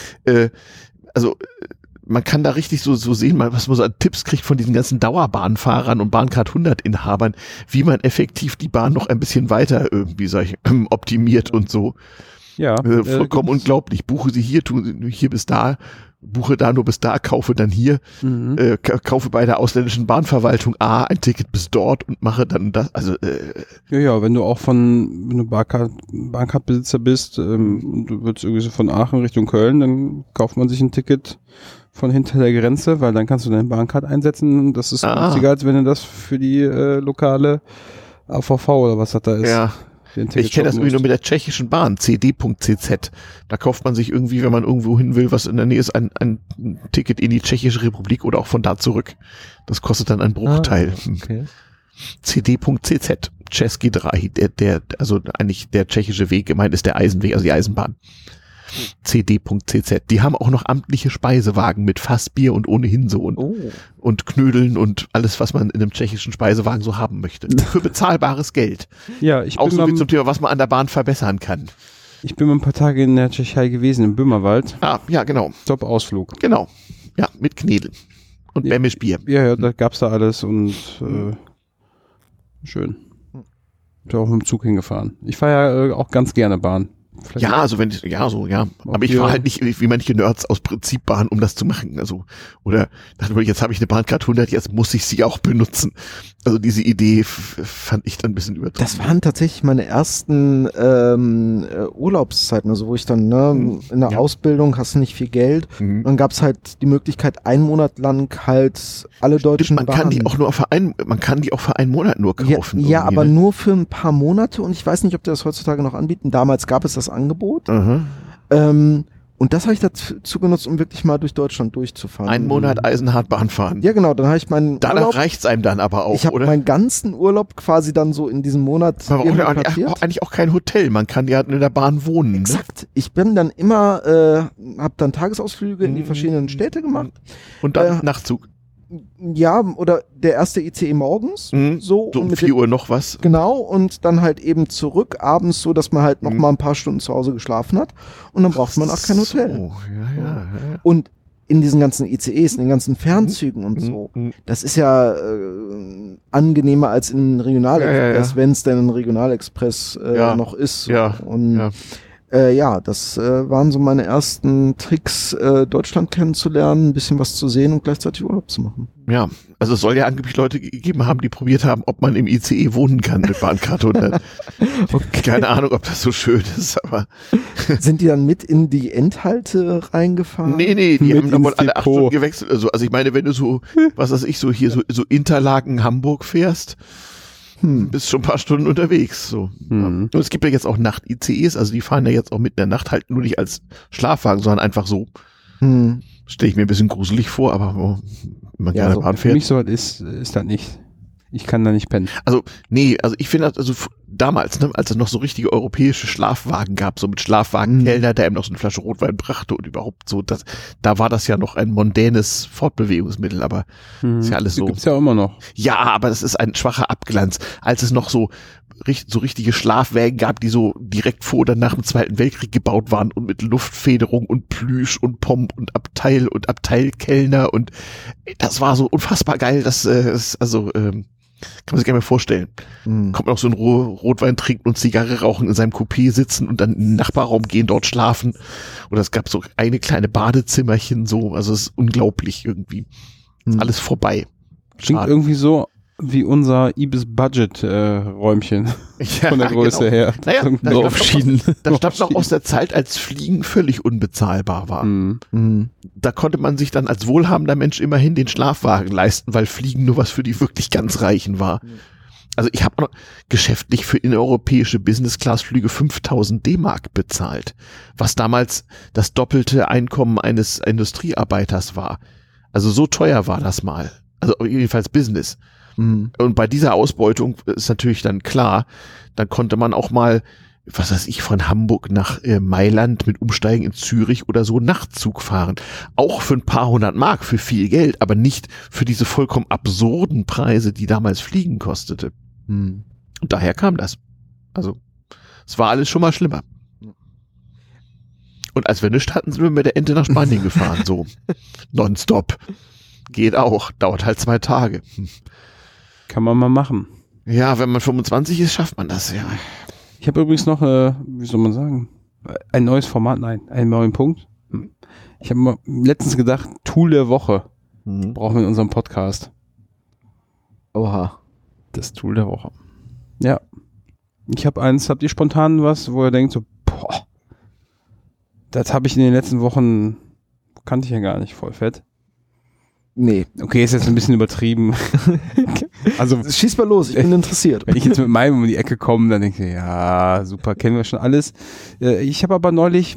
man kann da richtig so sehen, was man so an Tipps kriegt von diesen ganzen Dauerbahnfahrern und Bahncard 100 Inhabern, wie man effektiv die Bahn noch ein bisschen weiter irgendwie, optimiert und so. Ja. Vollkommen unglaublich. Buche sie hier, tun sie hier bis da, buche da nur bis da, kaufe dann hier, kaufe bei der ausländischen Bahnverwaltung ein Ticket bis dort und mache dann das, also Ja, wenn du Bahncard-Besitzer bist und du willst irgendwie so von Aachen Richtung Köln, dann kauft man sich ein Ticket von hinter der Grenze, weil dann kannst du deine Bahncard einsetzen. Das ist günstiger, als wenn du das für die lokale AVV oder was das da ist. Ja. Ich kenne das irgendwie nur mit der tschechischen Bahn, cd.cz. Da kauft man sich irgendwie, wenn man irgendwo hin will, was in der Nähe ist, ein Ticket in die Tschechische Republik oder auch von da zurück. Das kostet dann einen Bruchteil. Okay. cd.cz, Český dráhy, also eigentlich der tschechische Weg, gemeint ist der Eisenweg, also die Eisenbahn. cd.cz. Die haben auch noch amtliche Speisewagen mit Fassbier und ohnehin so und Knödeln und alles, was man in einem tschechischen Speisewagen so haben möchte. Für bezahlbares Geld. Ja, ich auch bin so wie zum Thema, was man an der Bahn verbessern kann. Ich bin mal ein paar Tage in der Tschechei gewesen, im Böhmerwald. Ja, genau. Top-Ausflug. Genau. Ja, mit Knädeln. Und Bämisch Bier. Ja, da gab's da alles und schön. Ich bin auch mit dem Zug hingefahren. Ich fahre ja auch ganz gerne Bahn. Vielleicht aber ich fahre halt nicht wie manche Nerds aus Prinzip Bahn, um das zu machen. Also, oder dachte ich, jetzt habe ich eine Bahncard 100, jetzt muss ich sie auch benutzen. Also diese Idee fand ich dann ein bisschen übertrieben. Das waren tatsächlich meine ersten Urlaubszeiten, also wo ich dann in der Ausbildung hast du nicht viel Geld. Dann gab's halt die Möglichkeit, 1 Monat lang halt alle deutschen Bahnen. Man kann die auch für einen Monat nur kaufen. Ja, aber nur für ein paar Monate und ich weiß nicht, ob die das heutzutage noch anbieten. Damals gab es das Angebot. Und das habe ich dazu genutzt, um wirklich mal durch Deutschland durchzufahren. Einen Monat Eisenhardbahn fahren. Ja, genau, dann habe ich meinen Danach Urlaub. reicht's einem dann aber auch, Ich habe oder? meinen ganzen Urlaub quasi dann so in diesem Monat Man irgendwie braucht platziert. eigentlich auch kein Hotel. Man kann ja in der Bahn wohnen. Ne? Exakt. Ich bin dann immer, habe dann Tagesausflüge in die verschiedenen Städte gemacht. Und dann Nachtzug. Ja, oder der erste ICE morgens. So, So und um mit 4 Uhr noch was. Genau, und dann halt eben zurück abends, so dass man halt noch mal ein paar Stunden zu Hause geschlafen hat. Und dann braucht man auch kein Hotel. So, ja. Und in diesen ganzen ICEs, in den ganzen Fernzügen und so, das ist ja angenehmer als in Regionalexpress, wenn es denn ein Regionalexpress noch ist. Ja. Und das waren so meine ersten Tricks, Deutschland kennenzulernen, ein bisschen was zu sehen und gleichzeitig Urlaub zu machen. Ja, also es soll ja angeblich Leute gegeben haben, die probiert haben, ob man im ICE wohnen kann mit Bahnkarte. Und Okay. keine Ahnung, ob das so schön ist, aber Sind die dann mit in die Endhalte reingefahren? nee, die Mit haben dann wohl ins alle 8 Depot. Stunden gewechselt. Also ich meine, wenn du so, was weiß ich, so hier so Interlaken, Hamburg fährst, bist schon ein paar Stunden unterwegs. So. Und es gibt ja jetzt auch Nacht-ICEs, also die fahren ja jetzt auch mitten in der Nacht halt nur nicht als Schlafwagen, sondern einfach so. Stelle ich mir ein bisschen gruselig vor, aber wenn man Ja, gerne so Bahn Für fährt. mich so ist das nicht. Ich kann da nicht pennen. Also, ich finde, also damals, ne, als es noch so richtige europäische Schlafwagen gab, so mit Schlafwagenkellner, der ihm noch so eine Flasche Rotwein brachte und überhaupt so, da war das ja noch ein mondänes Fortbewegungsmittel, aber ist ja alles so. Gibt's ja auch immer noch. Ja, aber das ist ein schwacher Abglanz. Als es noch so richtige Schlafwägen gab, die so direkt vor oder nach dem Zweiten Weltkrieg gebaut waren und mit Luftfederung und Plüsch und Pomp und Abteil und Abteilkellner und das war so unfassbar geil, kann man sich gar nicht mehr vorstellen. Kommt man auch so in Rotwein trinken und Zigarre rauchen, in seinem Coupé sitzen und dann in den Nachbarraum gehen, dort schlafen. Oder es gab so eine kleine Badezimmerchen, so, also es ist unglaublich irgendwie. Ist alles vorbei. Klingt Schade. irgendwie so wie unser Ibis Budget Räumchen Ja, von der Größe genau. her. Naja, So das nur stammt verschieden. Das stammt noch aus der Zeit, als Fliegen völlig unbezahlbar war. Da konnte man sich dann als wohlhabender Mensch immerhin den Schlafwagen leisten, weil Fliegen nur was für die wirklich ganz Reichen war. Also ich habe noch geschäftlich für innereuropäische Business-Class-Flüge 5.000 D-Mark bezahlt, was damals das doppelte Einkommen eines Industriearbeiters war. Also so teuer war das mal. Also jedenfalls Business. Und bei dieser Ausbeutung ist natürlich dann klar, dann konnte man auch mal, was weiß ich, von Hamburg nach Mailand mit Umsteigen in Zürich oder so Nachtzug fahren. Auch für ein paar hundert Mark, für viel Geld, aber nicht für diese vollkommen absurden Preise, die damals Fliegen kostete. Und daher kam das. Also, es war alles schon mal schlimmer. Und als wir nichts hatten, sind wir mit der Ente nach Spanien gefahren, so. Nonstop. Geht auch. Dauert halt 2 Tage. Kann man mal machen. Ja, wenn man 25 ist, schafft man das, ja. Ich habe übrigens noch, wie soll man sagen, ein neues Format, einen neuen Punkt. Ich habe mal letztens gedacht, Tool der Woche brauchen wir in unserem Podcast. Oha. Das Tool der Woche. Ja. Ich habe eins, habt ihr spontan was, wo ihr denkt so, boah, das habe ich in den letzten Wochen, kannte ich ja gar nicht, voll fett. Nee. Okay, ist jetzt ein bisschen übertrieben. Also, Schieß mal los, ich bin interessiert. wenn ich jetzt mit meinem um die Ecke komme, dann denke ich, ja, super, kennen wir schon alles. Ich habe aber neulich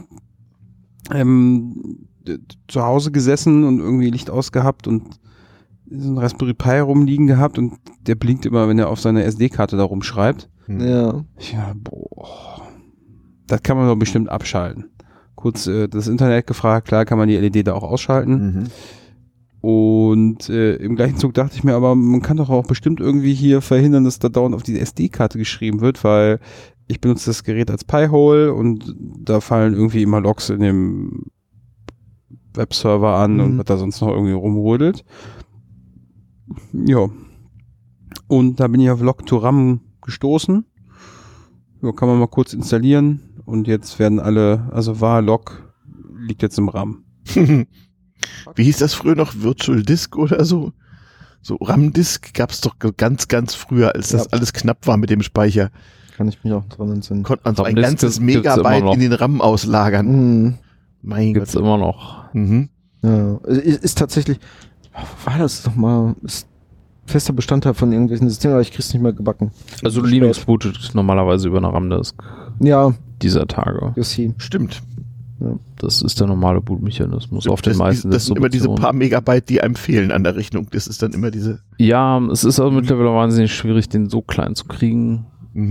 zu Hause gesessen und irgendwie Licht ausgehabt und so ein Raspberry Pi rumliegen gehabt und der blinkt immer, wenn er auf seine SD-Karte da rumschreibt. Ja. Ja, boah, das kann man doch bestimmt abschalten. Kurz das Internet gefragt, klar kann man die LED da auch ausschalten. Und im gleichen Zug dachte ich mir, aber man kann doch auch bestimmt irgendwie hier verhindern, dass da dauernd auf die SD-Karte geschrieben wird, weil ich benutze das Gerät als Pi-Hole und da fallen irgendwie immer Logs in dem Webserver an und was da sonst noch irgendwie rumrudelt. Ja. Und da bin ich auf Log2RAM gestoßen. Ja, kann man mal kurz installieren und jetzt werden alle, also var log liegt jetzt im RAM. Wie hieß das früher noch? Virtual Disk oder so? So RAM-Disk gab es doch ganz, ganz früher, als das alles knapp war mit dem Speicher. Kann ich mich auch dran entsinnen. Konnte man so ein RAM-Disk ganzes gibt's Megabyte immer noch. in den RAM auslagern. Mein Gibt's Gott. immer noch. Ja. Ist tatsächlich, war das doch mal, ist fester Bestandteil von irgendwelchen Systemen, aber ich krieg's nicht mehr gebacken. Also Linux bootet normalerweise über eine RAM-Disk Ja, dieser Tage. you see. Stimmt. Ja. Das ist der normale Bootmechanismus auf den meisten Das sind immer diese Distributionen. paar Megabyte, die einem fehlen an der Rechnung. Das ist dann immer diese... Ja, es ist auch mittlerweile wahnsinnig schwierig, den so klein zu kriegen,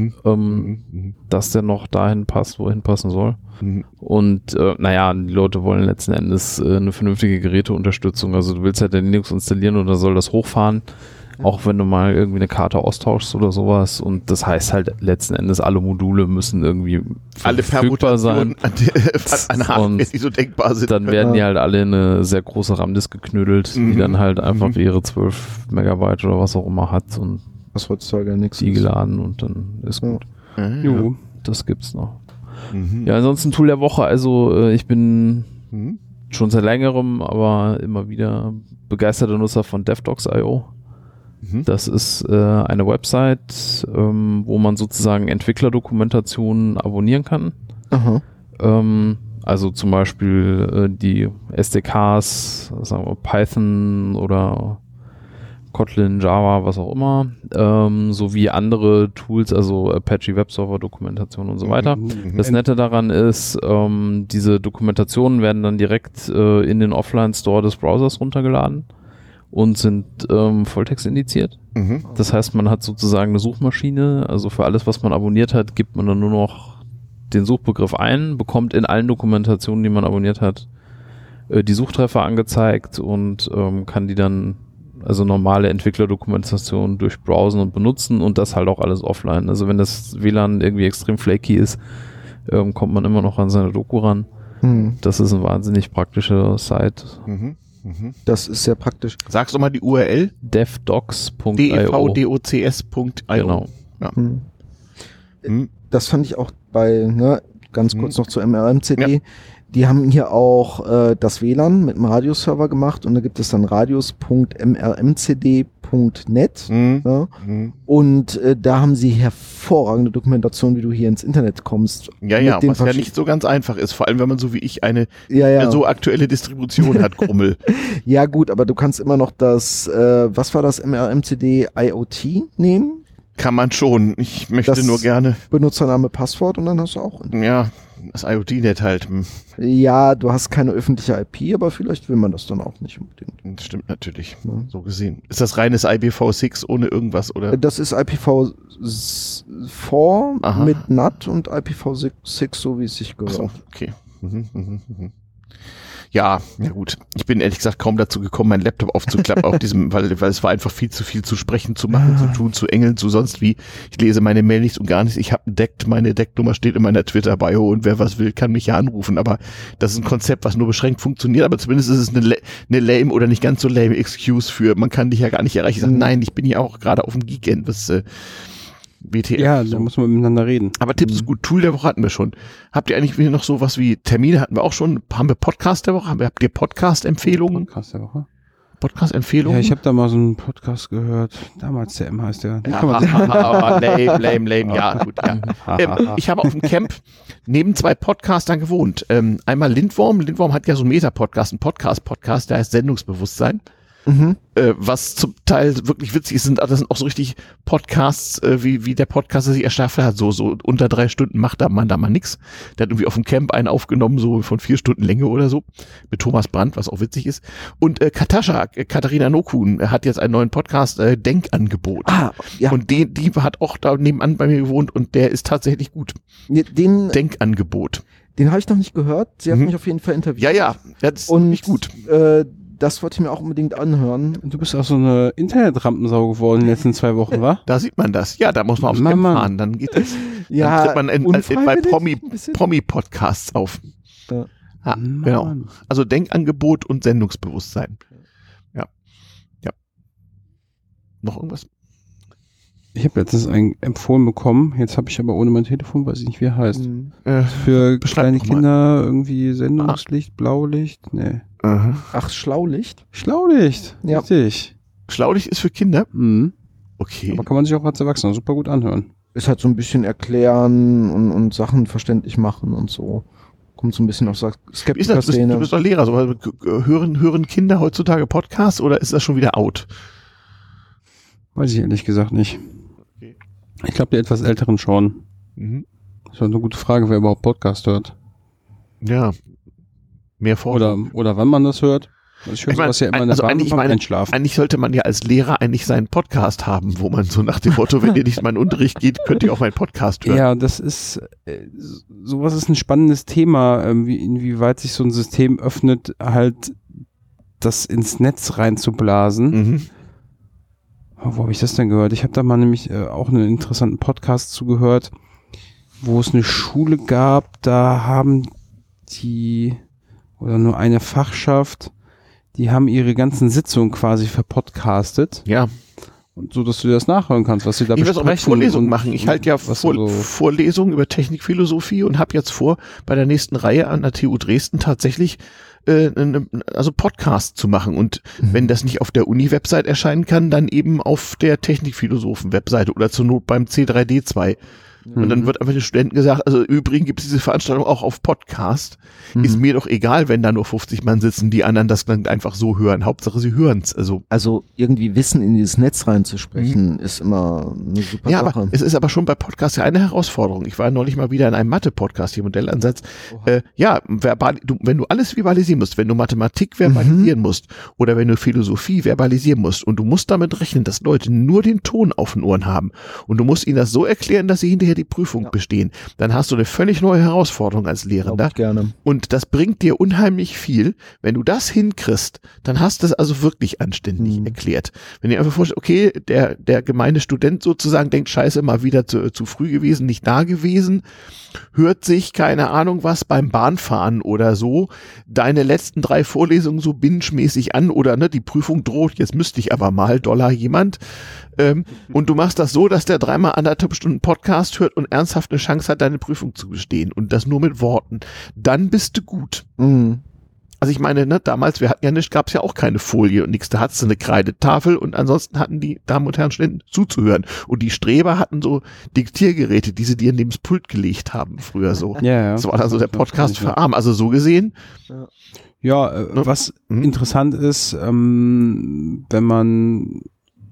dass der noch dahin passt, wo er hinpassen soll. Und die Leute wollen letzten Endes eine vernünftige Geräteunterstützung. Also du willst halt den Linux installieren und dann soll das hochfahren, auch wenn du mal irgendwie eine Karte austauschst oder sowas. Und das heißt halt letzten Endes, alle Module müssen irgendwie alle verfügbar sein. An Hardware, die so denkbar sind. Dann werden die halt alle in eine sehr große RAM-Disk geknödelt, die dann halt einfach ihre 12 Megabyte oder was auch immer hat und Was heutzutage nichts die geladen und dann ist gut. Jo. Das gibt's noch. Ja, ansonsten Tool der Woche, also ich bin schon seit längerem, aber immer wieder begeisterter Nutzer von DevDocs.io. Das ist eine Website, wo man sozusagen Entwicklerdokumentationen abonnieren kann. Aha. Also zum Beispiel die SDKs, sagen wir Python oder Kotlin, Java, was auch immer, sowie andere Tools, also Apache Webserver Dokumentation und so weiter. Das Nette daran ist, diese Dokumentationen werden dann direkt in den Offline-Store des Browsers runtergeladen und sind Volltext indiziert. Das heißt, man hat sozusagen eine Suchmaschine, also für alles, was man abonniert hat, gibt man dann nur noch den Suchbegriff ein, bekommt in allen Dokumentationen, die man abonniert hat, die Suchtreffer angezeigt und kann die dann, also normale Entwicklerdokumentation, durchbrowsen und benutzen und das halt auch alles offline. Also wenn das WLAN irgendwie extrem flaky ist, kommt man immer noch an seine Doku ran. Das ist eine wahnsinnig praktische Site. Das ist sehr praktisch. Sagst du mal die URL? devdocs.io. devdocs.io. Genau. Ja. Das fand ich auch bei, ganz kurz noch zur MRMCD. Ja. Die haben hier auch das WLAN mit einem Radius-Server gemacht und da gibt es dann radius.mrmcd.net. Ja. Und da haben sie hervorragende Dokumentation, wie du hier ins Internet kommst. Ja, was ja nicht so ganz einfach ist, vor allem wenn man so wie ich eine so aktuelle Distribution hat, Grummel. Ja gut, aber du kannst immer noch das, was war das, MRMCD IoT nehmen? Kann man schon. Ich möchte nur gerne... Benutzername, Passwort und dann hast du auch... Ja, das IoT-Net halt. Ja, du hast keine öffentliche IP, aber vielleicht will man das dann auch nicht unbedingt. Das stimmt natürlich, Ja. so gesehen. Ist das reines IPv6 ohne irgendwas, oder? Das ist IPv4 mit NAT und IPv6, so wie es sich gehört. Ach so, okay. Ja, gut. Ich bin ehrlich gesagt kaum dazu gekommen, meinen Laptop aufzuklappen auf diesem, weil es war einfach viel zu sprechen, zu machen, zu tun, zu engeln, zu sonst wie. Ich lese meine Mail nichts und gar nichts. Ich habe entdeckt, meine Decknummer steht in meiner Twitter-Bio und wer was will, kann mich ja anrufen. Aber das ist ein Konzept, was nur beschränkt funktioniert. Aber zumindest ist es eine lame oder nicht ganz so lame Excuse für, man kann dich ja gar nicht erreichen. Ich sage, nein, ich bin ja auch gerade auf dem Geekend, was WTF. Ja, so. da muss man miteinander reden. Aber Tipps ist gut. Tool der Woche hatten wir schon. Habt ihr eigentlich noch sowas wie Termine hatten wir auch schon? Haben wir Podcast der Woche? Habt ihr Podcast-Empfehlungen? Podcast der Woche. Podcast-Empfehlungen? Ja, ich habe da mal so einen Podcast gehört. Damals der M heißt der. Den kann man Lame. Ja, gut. Ja. Ich habe auf dem Camp neben 2 Podcastern gewohnt. Einmal Lindworm. Lindworm hat ja so einen Meta-Podcast, einen Podcast, der heißt Sendungsbewusstsein. Was zum Teil wirklich witzig ist, das sind auch so richtig Podcasts, wie der Podcaster sich erschafft hat, so unter 3 Stunden macht man da mal nix. Der hat irgendwie auf dem Camp einen aufgenommen, so von 4 Stunden Länge oder so, mit Thomas Brandt, was auch witzig ist. Und Katharina Nokun hat jetzt einen neuen Podcast, Denkangebot. Ja. Und die hat auch da nebenan bei mir gewohnt und der ist tatsächlich gut. Denkangebot. Den habe ich noch nicht gehört. Sie hat mich auf jeden Fall interviewt. Ja, das ist nicht gut. Das wollte ich mir auch unbedingt anhören. Du bist auch so eine Internetrampensau geworden in den letzten 2 Wochen, wa? Da sieht man das. Ja, da muss man aufs Camp fahren. Dann geht das. Ja, dann tritt man bei Promi-Podcasts auf. Ja. Genau. Also Denkangebot und Sendungsbewusstsein. Ja. Noch irgendwas? Ich habe letztens einen empfohlen bekommen. Jetzt habe ich aber ohne mein Telefon, weiß ich nicht, wie er heißt. Für kleine Kinder irgendwie Sendungslicht, Blaulicht. Nee. Ach, Schlaulicht? Schlaulicht. Ja. Richtig. Schlaulicht ist für Kinder? Mhm. Okay. Aber kann man sich auch als Erwachsener super gut anhören. Ist halt so ein bisschen erklären und Sachen verständlich machen und so. Kommt so ein bisschen aus der Skeptiker-Szene. Du bist doch Lehrer. So, hören Kinder heutzutage Podcasts oder ist das schon wieder out? Weiß ich ehrlich gesagt nicht. Okay. Ich glaube, die etwas Älteren schon. Das ist eine gute Frage, wer überhaupt Podcast hört. Ja, Mehr Forschung. Oder wann man das hört. Ich höre sowas ja immer in der Bahn beim Einschlafen. Eigentlich sollte man ja als Lehrer eigentlich seinen Podcast haben, wo man so nach dem Motto, wenn ihr nicht in meinen Unterricht geht, könnt ihr auch meinen Podcast hören. Ja, das ist, sowas ist ein spannendes Thema, inwieweit sich so ein System öffnet, halt das ins Netz reinzublasen. Mhm. Wo habe ich das denn gehört? Ich habe da mal nämlich auch einen interessanten Podcast zugehört, wo es eine Schule gab, da haben oder nur eine Fachschaft, die haben ihre ganzen Sitzungen quasi verpodcastet. Ja. Und so, dass du dir das nachhören kannst, was sie da besprechen. Ich will auch mit Vorlesungen machen. Ich halte ja Vorlesungen über Technikphilosophie und habe jetzt vor, bei der nächsten Reihe an der TU Dresden tatsächlich also Podcast zu machen. Und wenn das nicht auf der Uni-Website erscheinen kann, dann eben auf der Technikphilosophen-Webseite oder zur Not beim C3D2. Und dann wird einfach den Studenten gesagt, also übrigens gibt es diese Veranstaltung auch auf Podcast. Ist mir doch egal, wenn da nur 50 Mann sitzen, die anderen das dann einfach so hören. Hauptsache sie hören's. Also irgendwie Wissen in dieses Netz reinzusprechen, ist immer eine super Sache. Ja, aber es ist aber schon bei Podcasts ja eine Herausforderung. Ich war neulich mal wieder in einem Mathe-Podcast, hier Modellansatz. Wenn du alles verbalisieren musst, wenn du Mathematik verbalisieren musst oder wenn du Philosophie verbalisieren musst und du musst damit rechnen, dass Leute nur den Ton auf den Ohren haben und du musst ihnen das so erklären, dass sie hinterher die Prüfung bestehen, dann hast du eine völlig neue Herausforderung als Lehrender. Gerne. Und das bringt dir unheimlich viel. Wenn du das hinkriegst, dann hast du es also wirklich anständig erklärt. Wenn ihr einfach vorstellt, okay, der gemeine Student sozusagen denkt, scheiße, mal wieder zu früh gewesen, nicht da gewesen, hört sich, keine Ahnung was, beim Bahnfahren oder so, deine letzten 3 Vorlesungen so binge-mäßig an oder ne, die Prüfung droht, jetzt müsste ich aber mal, Dollar jemand. Und du machst das so, dass der 3 mal 1,5 Stunden Podcast hört und ernsthaft eine Chance hat, deine Prüfung zu bestehen. Und das nur mit Worten. Dann bist du gut. Mhm. Also ich meine, ne, damals, wir hatten ja nicht, gab es ja auch keine Folie und nichts. Da hattest du eine Kreidetafel und ansonsten hatten die Damen und Herren Studenten zuzuhören. Und die Streber hatten so Diktiergeräte, die sie dir neben das Pult gelegt haben früher so. Ja. Das war dann so der Podcast für Arm. Also so gesehen. Ja, was interessant ist, wenn man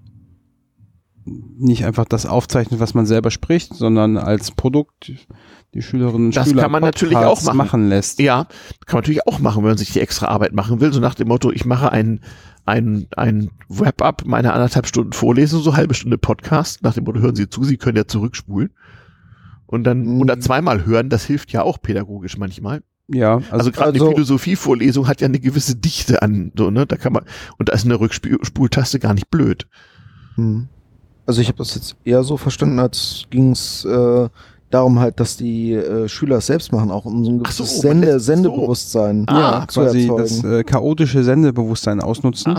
nicht einfach das aufzeichnet, was man selber spricht, sondern als Produkt die Schülerinnen und das Schüler kann man natürlich auch machen lässt. Ja, kann man natürlich auch machen, wenn man sich die extra Arbeit machen will. So nach dem Motto, ich mache ein Wrap-up meiner 1,5 Stunden Vorlesung, so halbe Stunde Podcast. Nach dem Motto, hören Sie zu, Sie können ja zurückspulen. Und dann oder zweimal hören, das hilft ja auch pädagogisch manchmal. Ja, also gerade die Philosophievorlesung hat ja eine gewisse Dichte an, so, ne, da kann man, und da ist eine Rückspultaste gar nicht blöd. Also ich habe das jetzt eher so verstanden, als ging es darum halt, dass die Schüler es selbst machen, auch um so ein gewisses Sendebewusstsein zu quasi erzeugen. Das chaotische Sendebewusstsein ausnutzen,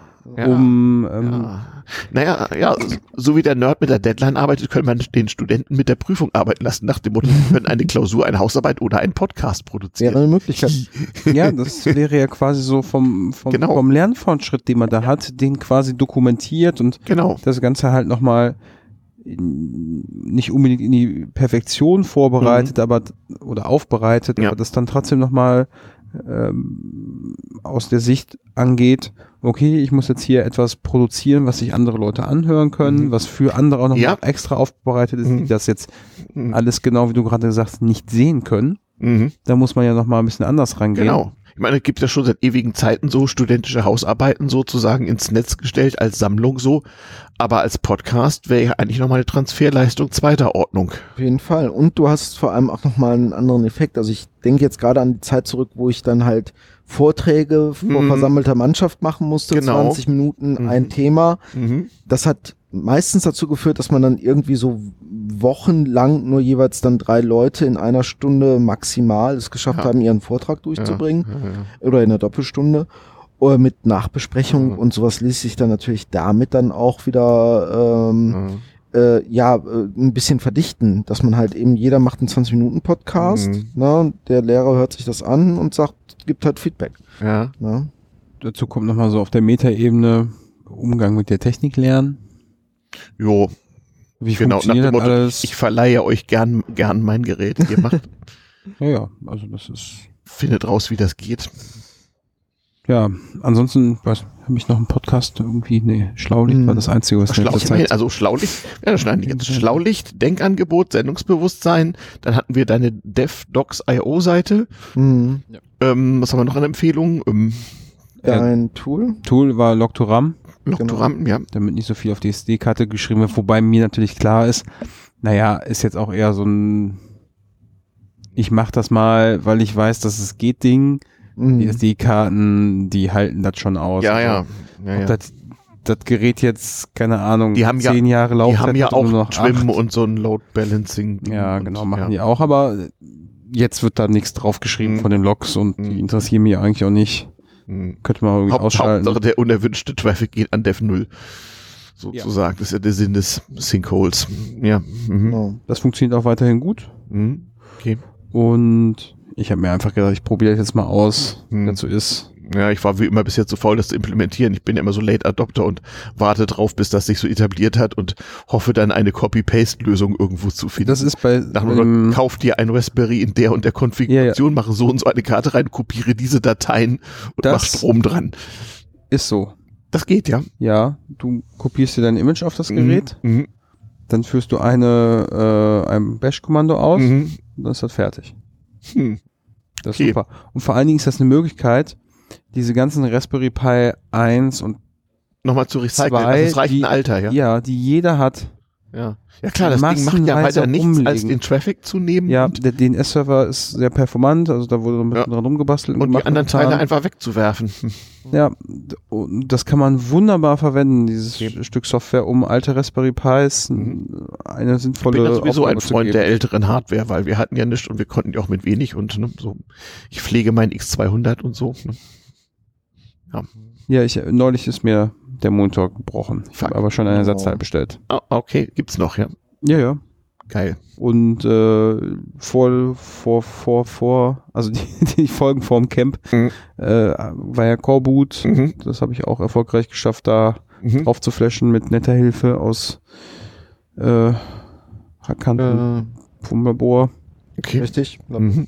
so wie der Nerd mit der Deadline arbeitet, können man den Studenten mit der Prüfung arbeiten lassen, nach dem Motto, sie können eine Klausur, eine Hausarbeit oder einen Podcast produzieren. Wäre eine Möglichkeit. Ja, das wäre ja quasi so vom Lernfortschritt, den man da hat, den quasi dokumentiert und das Ganze halt nochmal nicht unbedingt in die Perfektion vorbereitet, oder aufbereitet, aber das dann trotzdem nochmal aus der Sicht angeht, okay, ich muss jetzt hier etwas produzieren, was sich andere Leute anhören können, was für andere auch noch extra aufbereitet ist, die das jetzt alles genau, wie du gerade gesagt hast, nicht sehen können. Da muss man ja nochmal ein bisschen anders rangehen. Genau. Ich meine, es gibt ja schon seit ewigen Zeiten so studentische Hausarbeiten sozusagen ins Netz gestellt, als Sammlung so. Aber als Podcast wäre ja eigentlich nochmal eine Transferleistung zweiter Ordnung. Auf jeden Fall. Und du hast vor allem auch nochmal einen anderen Effekt. Also ich denke jetzt gerade an die Zeit zurück, wo ich dann halt Vorträge vor versammelter Mannschaft machen musste, 20 Minuten ein Thema. Das hat meistens dazu geführt, dass man dann irgendwie so wochenlang nur jeweils dann 3 Leute in einer Stunde maximal es geschafft haben, ihren Vortrag durchzubringen oder in einer Doppelstunde oder mit Nachbesprechung und sowas ließ sich dann natürlich damit dann auch wieder ein bisschen verdichten, dass man halt eben, jeder macht einen 20-Minuten-Podcast, der Lehrer hört sich das an und sagt, gibt halt Feedback. Ja. Dazu kommt nochmal so auf der Metaebene Umgang mit der Technik lernen. Jo. Wie funktioniert das alles? Ich verleihe euch gern mein Gerät. Ihr macht. Ja, also das ist. Findet raus, wie das geht. Ja, ansonsten, habe ich noch einen Podcast irgendwie? Nee, Schlaulicht war das Einzige, was Schlaulicht, ja, das schneiden die jetzt. Schlaulicht, Denkangebot, Sendungsbewusstsein, dann hatten wir deine DevDocs.io-Seite. Mhm. Was haben wir noch an Empfehlungen? Dein Tool? Tool war Logtoram, Logtoram, ja. damit nicht so viel auf die SD-Karte geschrieben wird, wobei mir natürlich klar ist, naja, ist jetzt auch eher so ein ich mach das mal, weil ich weiß, dass es geht Ding. Die SD-Karten, die halten das schon aus. Ja. Das Gerät jetzt, keine Ahnung, die haben 10 Jahre Laufzeit. Die haben ja auch noch Trim und so ein Load Balancing. Ja, genau, machen die auch, aber jetzt wird da nichts drauf geschrieben von den Logs und die interessieren mich eigentlich auch nicht. Könnte man irgendwie ausschalten. Hauptsache der unerwünschte Traffic geht an Dev 0. Sozusagen. Das ist ja der Sinn des Sinkholes. Ja. Das funktioniert auch weiterhin gut. Okay. Und ich habe mir einfach gedacht, ich probiere das jetzt mal aus, wie das so ist. Ja, ich war wie immer bisher zu faul, das zu implementieren. Ich bin ja immer so Late Adopter und warte drauf, bis das sich so etabliert hat und hoffe dann eine Copy-Paste-Lösung irgendwo zu finden. Das ist bei kauf dir ein Raspberry in der und der Konfiguration, mache so und so eine Karte rein, kopiere diese Dateien und mach Strom dran. Ist so. Das geht, ja. Ja, du kopierst dir dein Image auf das Gerät, dann führst du ein Bash-Kommando aus und dann ist das fertig. Das ist super. Und vor allen Dingen ist das eine Möglichkeit, diese ganzen Raspberry Pi 1 und nochmal zu recyceln. 2, also es reicht ein Alter, ja? Ja, die jeder hat. Ja klar, das Ding macht ja weiter nichts, als den Traffic zu nehmen. Ja, der DNS-Server ist sehr performant, also da wurde ein bisschen dran rumgebastelt. Und die anderen Teile einfach wegzuwerfen. Ja, das kann man wunderbar verwenden, dieses Stück Software, um alte Raspberry Pis eine sinnvolle Ich bin sowieso ein Freund zu der älteren Hardware, weil wir hatten ja nichts und wir konnten ja auch mit wenig und so. Ich pflege meinen X200 und so. Ja, neulich ist mir der Monitor gebrochen. Ich habe aber schon ein Ersatzteil bestellt. Oh, okay, gibt's noch, ja. Ja. Geil. Und also die Folgen vorm Camp war ja Coreboot. Das habe ich auch erfolgreich geschafft, da drauf zu flashen mit netter Hilfe aus Hackkanten vom Labor. Okay. Richtig.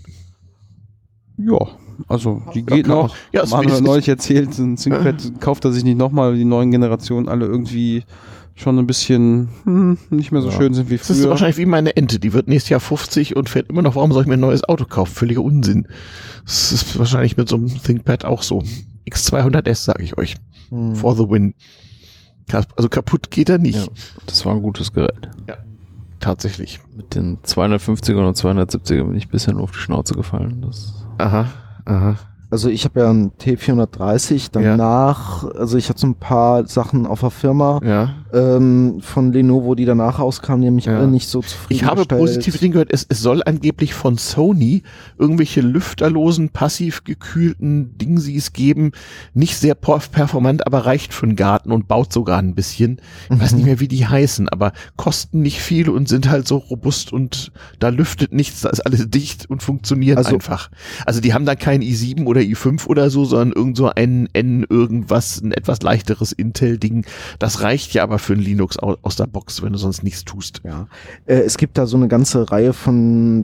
Ja, also die geht noch. Ja, Manuel hat neulich erzählt, ein ThinkPad kauft er sich nicht nochmal, die neuen Generationen alle irgendwie schon ein bisschen nicht mehr so schön sind wie früher. Das ist wahrscheinlich wie meine Ente, die wird nächstes Jahr 50 und fährt immer noch, warum soll ich mir ein neues Auto kaufen? Völliger Unsinn. Das ist wahrscheinlich mit so einem ThinkPad auch so. X200S, sage ich euch. For the win. Also kaputt geht er nicht. Ja, das war ein gutes Gerät. Ja, tatsächlich. Mit den 250er und 270er bin ich bisher nur auf die Schnauze gefallen. Aha. Also ich habe ja einen T430, danach, also ich hatte so ein paar Sachen auf der Firma von Lenovo, die danach rauskamen, die haben mich alle nicht so zufrieden. Ich habe positive Dinge gehört, es soll angeblich von Sony irgendwelche lüfterlosen, passiv gekühlten Dingsies geben, nicht sehr performant, aber reicht für einen Garten und baut sogar ein bisschen. Ich weiß nicht mehr, wie die heißen, aber kosten nicht viel und sind halt so robust und da lüftet nichts, da ist alles dicht und funktioniert einfach. Also die haben da kein i7 oder i5 oder so, sondern irgend so ein irgendwas, ein etwas leichteres Intel-Ding. Das reicht ja aber für ein Linux aus der Box, wenn du sonst nichts tust. Ja, es gibt da so eine ganze Reihe von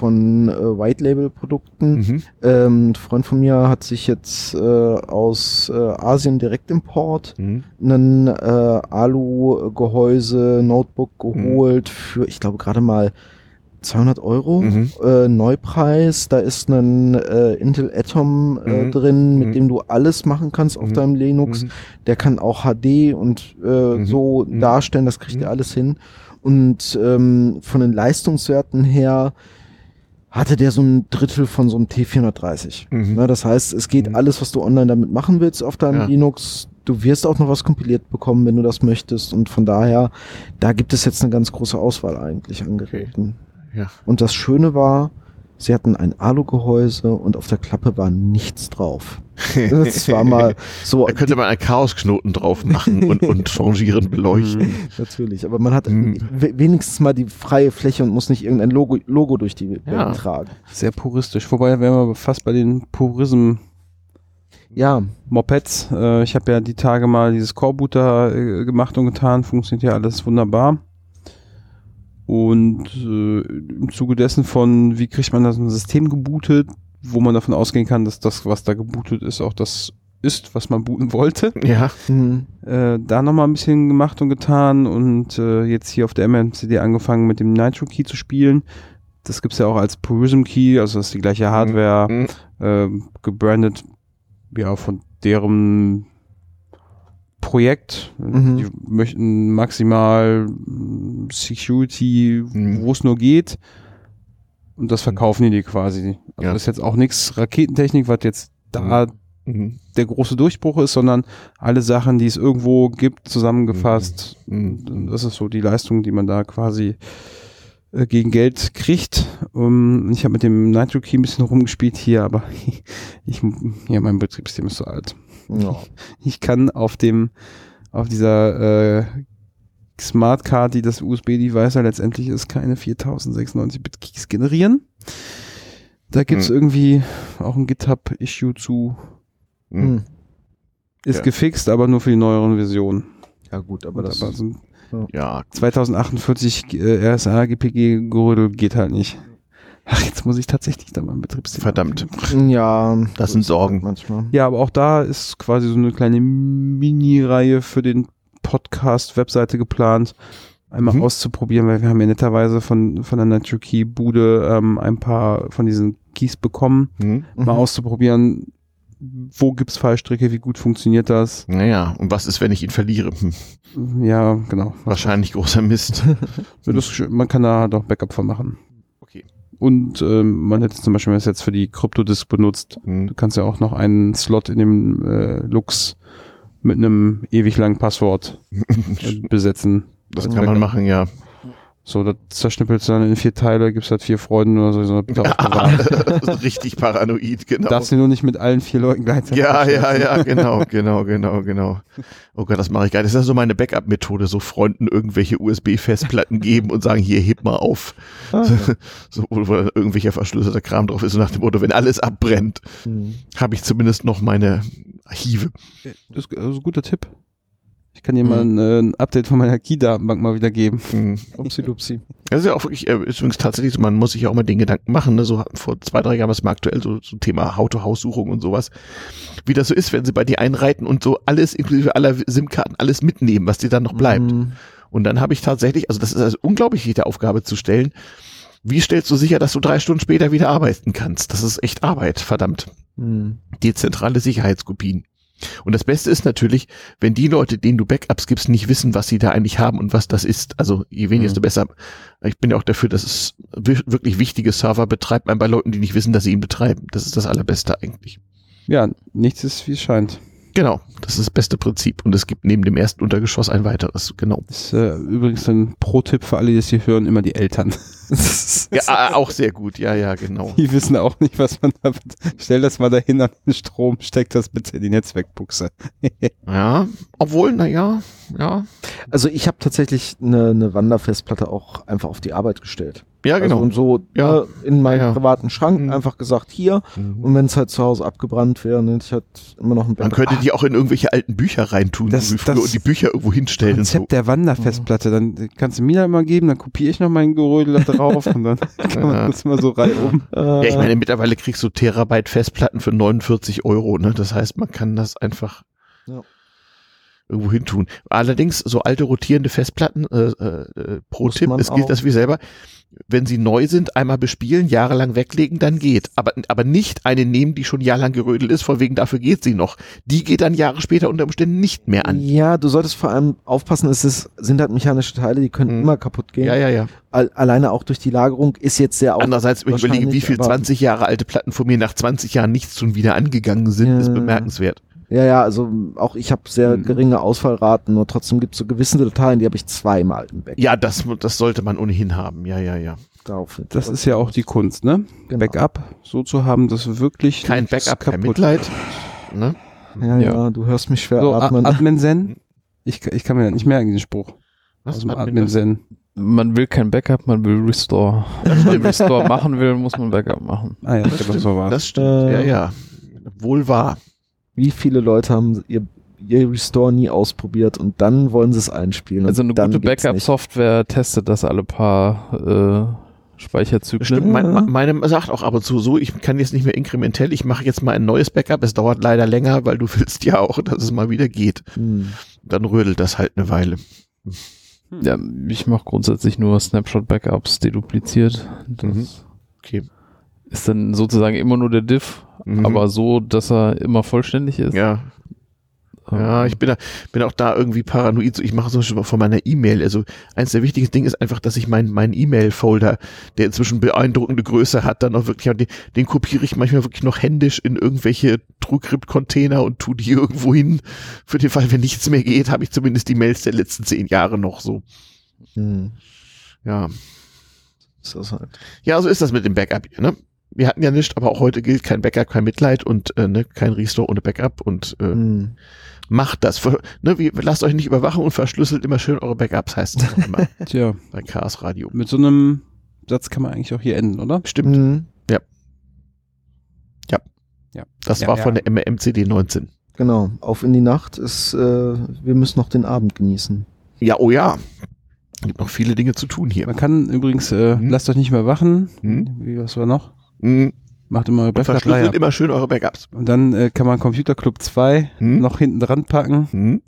White-Label-Produkten. Ein Freund von mir hat sich jetzt aus Asien Direktimport einen Alu-Gehäuse Notebook geholt für, ich glaube, gerade mal 200 Euro, Neupreis, da ist ein Intel Atom drin, mit dem du alles machen kannst auf deinem Linux. Der kann auch HD und so darstellen, das kriegt er alles hin. Und von den Leistungswerten her hatte der so ein Drittel von so einem T430. Ne, das heißt, es geht alles, was du online damit machen willst auf deinem Linux. Du wirst auch noch was kompiliert bekommen, wenn du das möchtest. Und von daher, da gibt es jetzt eine ganz große Auswahl eigentlich an Geräten. Ja. Und das Schöne war, sie hatten ein Alu-Gehäuse und auf der Klappe war nichts drauf. Das war mal so. Da könnte man einen Chaosknoten drauf machen und changieren, beleuchten. Natürlich, aber man hat wenigstens mal die freie Fläche und muss nicht irgendein Logo durch die Welt tragen. Sehr puristisch. Wobei wären wir fast bei den Purism Mopeds. Ich habe ja die Tage mal dieses Coreboot gemacht und getan. Funktioniert ja alles wunderbar. Und im Zuge dessen wie kriegt man das ein System gebootet, wo man davon ausgehen kann, dass das, was da gebootet ist, auch das ist, was man booten wollte. Ja. Da nochmal ein bisschen gemacht und getan und jetzt hier auf der MMCD angefangen mit dem Nitro Key zu spielen. Das gibt's ja auch als Purism Key, also das ist die gleiche Hardware, gebrandet, ja, von deren Projekt. Die möchten maximal Security, wo es nur geht. Und das verkaufen die quasi. Also das ist jetzt auch nichts Raketentechnik, was jetzt da der große Durchbruch ist, sondern alle Sachen, die es irgendwo gibt, zusammengefasst. Das ist so die Leistung, die man da quasi gegen Geld kriegt. Ich habe mit dem Nitro Key ein bisschen rumgespielt hier, aber mein Betriebssystem ist so alt. Ja. Ich kann auf dieser Smart Card, die das USB-Device ja letztendlich ist, keine 4096-Bit-Keys generieren. Da gibt's irgendwie auch ein GitHub-Issue zu. Ist gefixt, aber nur für die neueren Versionen. Ja gut, aber das sind 2048 RSA-GPG-Gerödel geht halt nicht. Ach, jetzt muss ich tatsächlich da mal ein Betriebssystem. Verdammt. Ja, das sind Sorgen. Manchmal. Ja, aber auch da ist quasi so eine kleine Mini-Reihe für den Podcast-Webseite geplant, einmal auszuprobieren, weil wir haben ja netterweise von der Nitro Key Bude ein paar von diesen Keys bekommen, mal auszuprobieren, wo gibt's Fallstricke, wie gut funktioniert das. Naja, und was ist, wenn ich ihn verliere? Ja, genau. Wahrscheinlich großer Mist. Man kann da doch Backup von machen. Okay. Und man hätte zum Beispiel das jetzt für die Kryptodisk benutzt. Du kannst ja auch noch einen Slot in dem Lux mit einem ewig langen Passwort besetzen. Das kann man machen, ja. So, das zerschnippelst du dann in 4 Teile, gibst halt 4 Freunden oder so. Richtig paranoid, genau. Darfst du nur nicht mit allen 4 Leuten gleichzeitig. Ja, genau. Oh Gott, das mache ich gar nicht. Das ist ja so meine Backup-Methode, so Freunden irgendwelche USB-Festplatten geben und sagen, hier, heb mal auf. So, wo dann irgendwelcher verschlüsselter Kram drauf ist und nach dem Motto, wenn alles abbrennt, habe ich zumindest noch meine Archive. Das ist ein guter Tipp. Ich kann dir mal ein Update von meiner Key-Datenbank mal wieder geben. Upsi-dupsi. Das ist ja auch wirklich, ist übrigens tatsächlich so, man muss sich ja auch mal den Gedanken machen, ne? So vor 2-3 Jahren was mal aktuell, so Thema How-to-House-Suchung und sowas. Wie das so ist, wenn sie bei dir einreiten und so alles, inklusive aller SIM-Karten, alles mitnehmen, was dir dann noch bleibt. Und dann habe ich tatsächlich, also das ist also unglaublich, jede Aufgabe zu stellen. Wie stellst du sicher, dass du 3 Stunden später wieder arbeiten kannst? Das ist echt Arbeit, verdammt. Dezentrale Sicherheitskopien. Und das Beste ist natürlich, wenn die Leute, denen du Backups gibst, nicht wissen, was sie da eigentlich haben und was das ist. Also je weniger, desto besser. Ich bin ja auch dafür, dass es wirklich wichtige Server betreibt man bei Leuten, die nicht wissen, dass sie ihn betreiben. Das ist das Allerbeste eigentlich. Ja, nichts ist, wie es scheint. Genau, das ist das beste Prinzip. Und es gibt neben dem ersten Untergeschoss ein weiteres, genau. Das ist übrigens ein Pro-Tipp für alle, die das hier hören, immer die Eltern. Ja, auch sehr gut, ja, genau. Die wissen auch nicht, was man da... Stell das mal dahin an den Strom, steck das bitte in die Netzwerkbuchse. Ja, obwohl, ja. Also ich habe tatsächlich eine Wanderfestplatte auch einfach auf die Arbeit gestellt. Ja, genau. Also und so in meinen privaten Schrank einfach gesagt, hier. Und wenn es halt zu Hause abgebrannt wäre, ne, ich hatte immer noch ein Backup. Man könnte die auch in irgendwelche alten Bücher reintun, wie früher, und die Bücher irgendwo hinstellen. Konzept und so. Der Wanderfestplatte, dann kannst du mir da mal geben, dann kopiere ich noch mein Gerödel da drauf und dann kann man das mal so reihum. Ja, ich meine, mittlerweile kriegst du Terabyte Festplatten für 49 €, ne? Das heißt, man kann das einfach irgendwo hin tun. Allerdings, so alte rotierende Festplatten, pro Tipp, es gilt das wie selber, wenn sie neu sind, einmal bespielen, jahrelang weglegen, dann geht. Aber nicht eine nehmen, die schon jahrelang gerödelt ist, von wegen dafür geht sie noch. Die geht dann Jahre später unter Umständen nicht mehr an. Ja, du solltest vor allem aufpassen, sind halt mechanische Teile, die können immer kaputt gehen. Ja. Alleine auch durch die Lagerung ist jetzt sehr Andererseits, wenn ich überlege, wie viel 20 Jahre alte Platten von mir nach 20 Jahren nichts schon wieder angegangen sind, ist bemerkenswert. Ja, also auch ich habe sehr geringe Ausfallraten, nur trotzdem gibt es so gewisse Dateien, die habe ich zweimal im Backup. Ja, das sollte man ohnehin haben, ja. Das ist ja auch die Kunst, ne? Genau. Backup so zu haben, dass wirklich kein Backup, kein Mitleid. Ne? Ja, du hörst mich schwer so, atmen. Admin Zen? Ich kann mir das nicht merken, diesen Spruch. Was? Aus dem Admin Zen. Man will kein Backup, man will Restore. Wenn man Restore machen will, muss man Backup machen. Ah ja, so war's. Das stimmt, ja. Wohl wahr. Wie viele Leute haben ihr Restore nie ausprobiert und dann wollen sie es einspielen. Also eine gute Backup-Software testet das alle paar Speicherzyklen. Stimmt, meinem sagt auch ab und zu so, ich kann jetzt nicht mehr inkrementell, ich mache jetzt mal ein neues Backup, es dauert leider länger, weil du willst ja auch, dass es mal wieder geht. Dann rödelt das halt eine Weile. Ja, ich mache grundsätzlich nur Snapshot-Backups dedupliziert. Das Okay. ist dann sozusagen immer nur der Diff, aber so, dass er immer vollständig ist. Ja. Ja, ich bin auch da irgendwie paranoid. Ich mache so schon von meiner E-Mail. Also eins der wichtigsten Dinge ist einfach, dass ich meinen E-Mail-Folder, der inzwischen beeindruckende Größe hat, dann auch wirklich, den kopiere ich manchmal wirklich noch händisch in irgendwelche TrueCrypt-Container und tue die irgendwo hin. Für den Fall, wenn nichts mehr geht, habe ich zumindest die Mails der letzten 10 Jahre noch so. Ja. Ist das halt. Ja, so ist das mit dem Backup hier, ne? Wir hatten ja nichts, aber auch heute gilt kein Backup, kein Mitleid und kein Restore ohne Backup und macht das. Lasst euch nicht überwachen und verschlüsselt immer schön eure Backups, heißt es auch immer Tja, bei Chaos Radio. mit so einem Satz kann man eigentlich auch hier enden, oder? Stimmt. Ja. Das Ja, war ja. von der MCD 19. Genau. Auf in die Nacht ist, wir müssen noch den Abend genießen. Ja, oh ja. Gibt noch viele Dinge zu tun hier. Man kann übrigens, lasst euch nicht mehr wachen. Was war noch? Macht immer eure Und Backup verschlüsselt immer schön eure Backups. Und dann kann man Computer Club 2 noch hinten dran packen.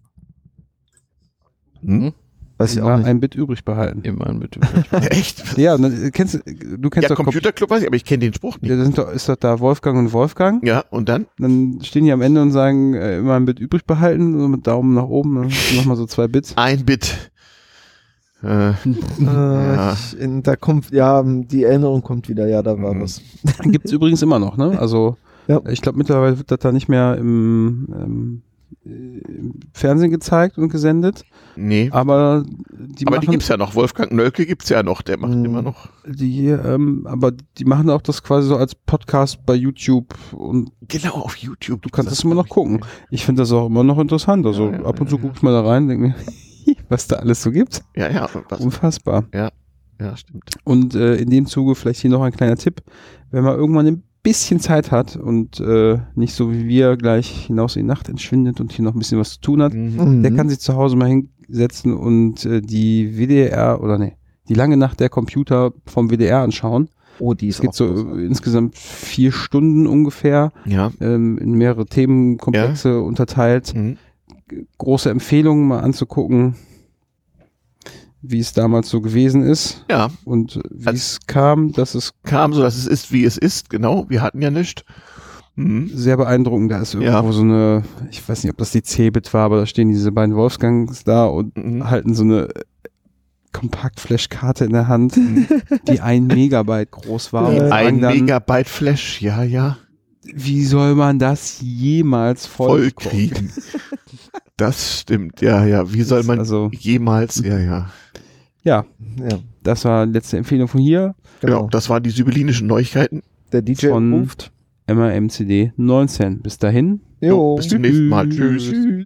Weiß ich auch Immer nicht. ein Bit übrig behalten. Immer ein Bitte. Echt? Ja, und dann, du kennst Ja, doch Computer Club weiß ich, aber ich kenne den Spruch nicht. Ja, ist doch da Wolfgang und Wolfgang. Ja, und dann? Dann stehen die am Ende und sagen, immer ein Bit übrig behalten, so mit Daumen nach oben, dann nochmal so 2 Bits. Ein Bit. Ja. Da kommt, die Erinnerung kommt wieder, da war was. Gibt's übrigens immer noch, ne? Also, Ja. ich glaube, mittlerweile wird das da nicht mehr im Fernsehen gezeigt und gesendet, Nee. aber die Aber die machen, gibt's ja noch. Wolfgang Nölke gibt's ja noch. Der macht immer noch. aber die machen auch das quasi so als Podcast bei YouTube und Genau, auf YouTube. du kannst das immer noch gucken. Ich finde das auch immer noch interessant. Also Ja, ab und zu gucke ich mal da rein, denke mir, was da alles so gibt. Ja. Unfassbar. Ja, stimmt. Und in dem Zuge vielleicht hier noch ein kleiner Tipp. Wenn man irgendwann ein bisschen Zeit hat und nicht so wie wir gleich hinaus in die Nacht entschwindet und hier noch ein bisschen was zu tun hat, der kann sich zu Hause mal hinsetzen und die die lange Nacht der Computer vom WDR anschauen. Oh, die Es ist geht auch so großartig. insgesamt 4 Stunden ungefähr, Ja. in mehrere Themenkomplexe unterteilt. Große Empfehlungen mal anzugucken, wie es damals so gewesen ist Ja. und wie es kam. Das ist Kam so, dass es ist, wie es ist. Genau. Wir hatten ja nichts. sehr beeindruckend. Da ist irgendwo Ja. so eine, ich weiß nicht, ob das die Cebit war, aber da stehen diese beiden Wolfgangs da und halten so eine Kompaktflash-Karte in der Hand, die 1 Megabyte groß war. Und sagen Ein dann, Megabyte Flash. Ja. wie soll man das jemals voll Vollkriegen. Das stimmt. Ja. Wie soll man Also, jemals? Ja. ja, Ja, das war die letzte Empfehlung von hier. genau. Ja, das waren die sibyllinischen Neuigkeiten. Der DJ Von ruft. MRMCD 19. Bis dahin. Jo. Bis zum nächsten Mal. Tschüss.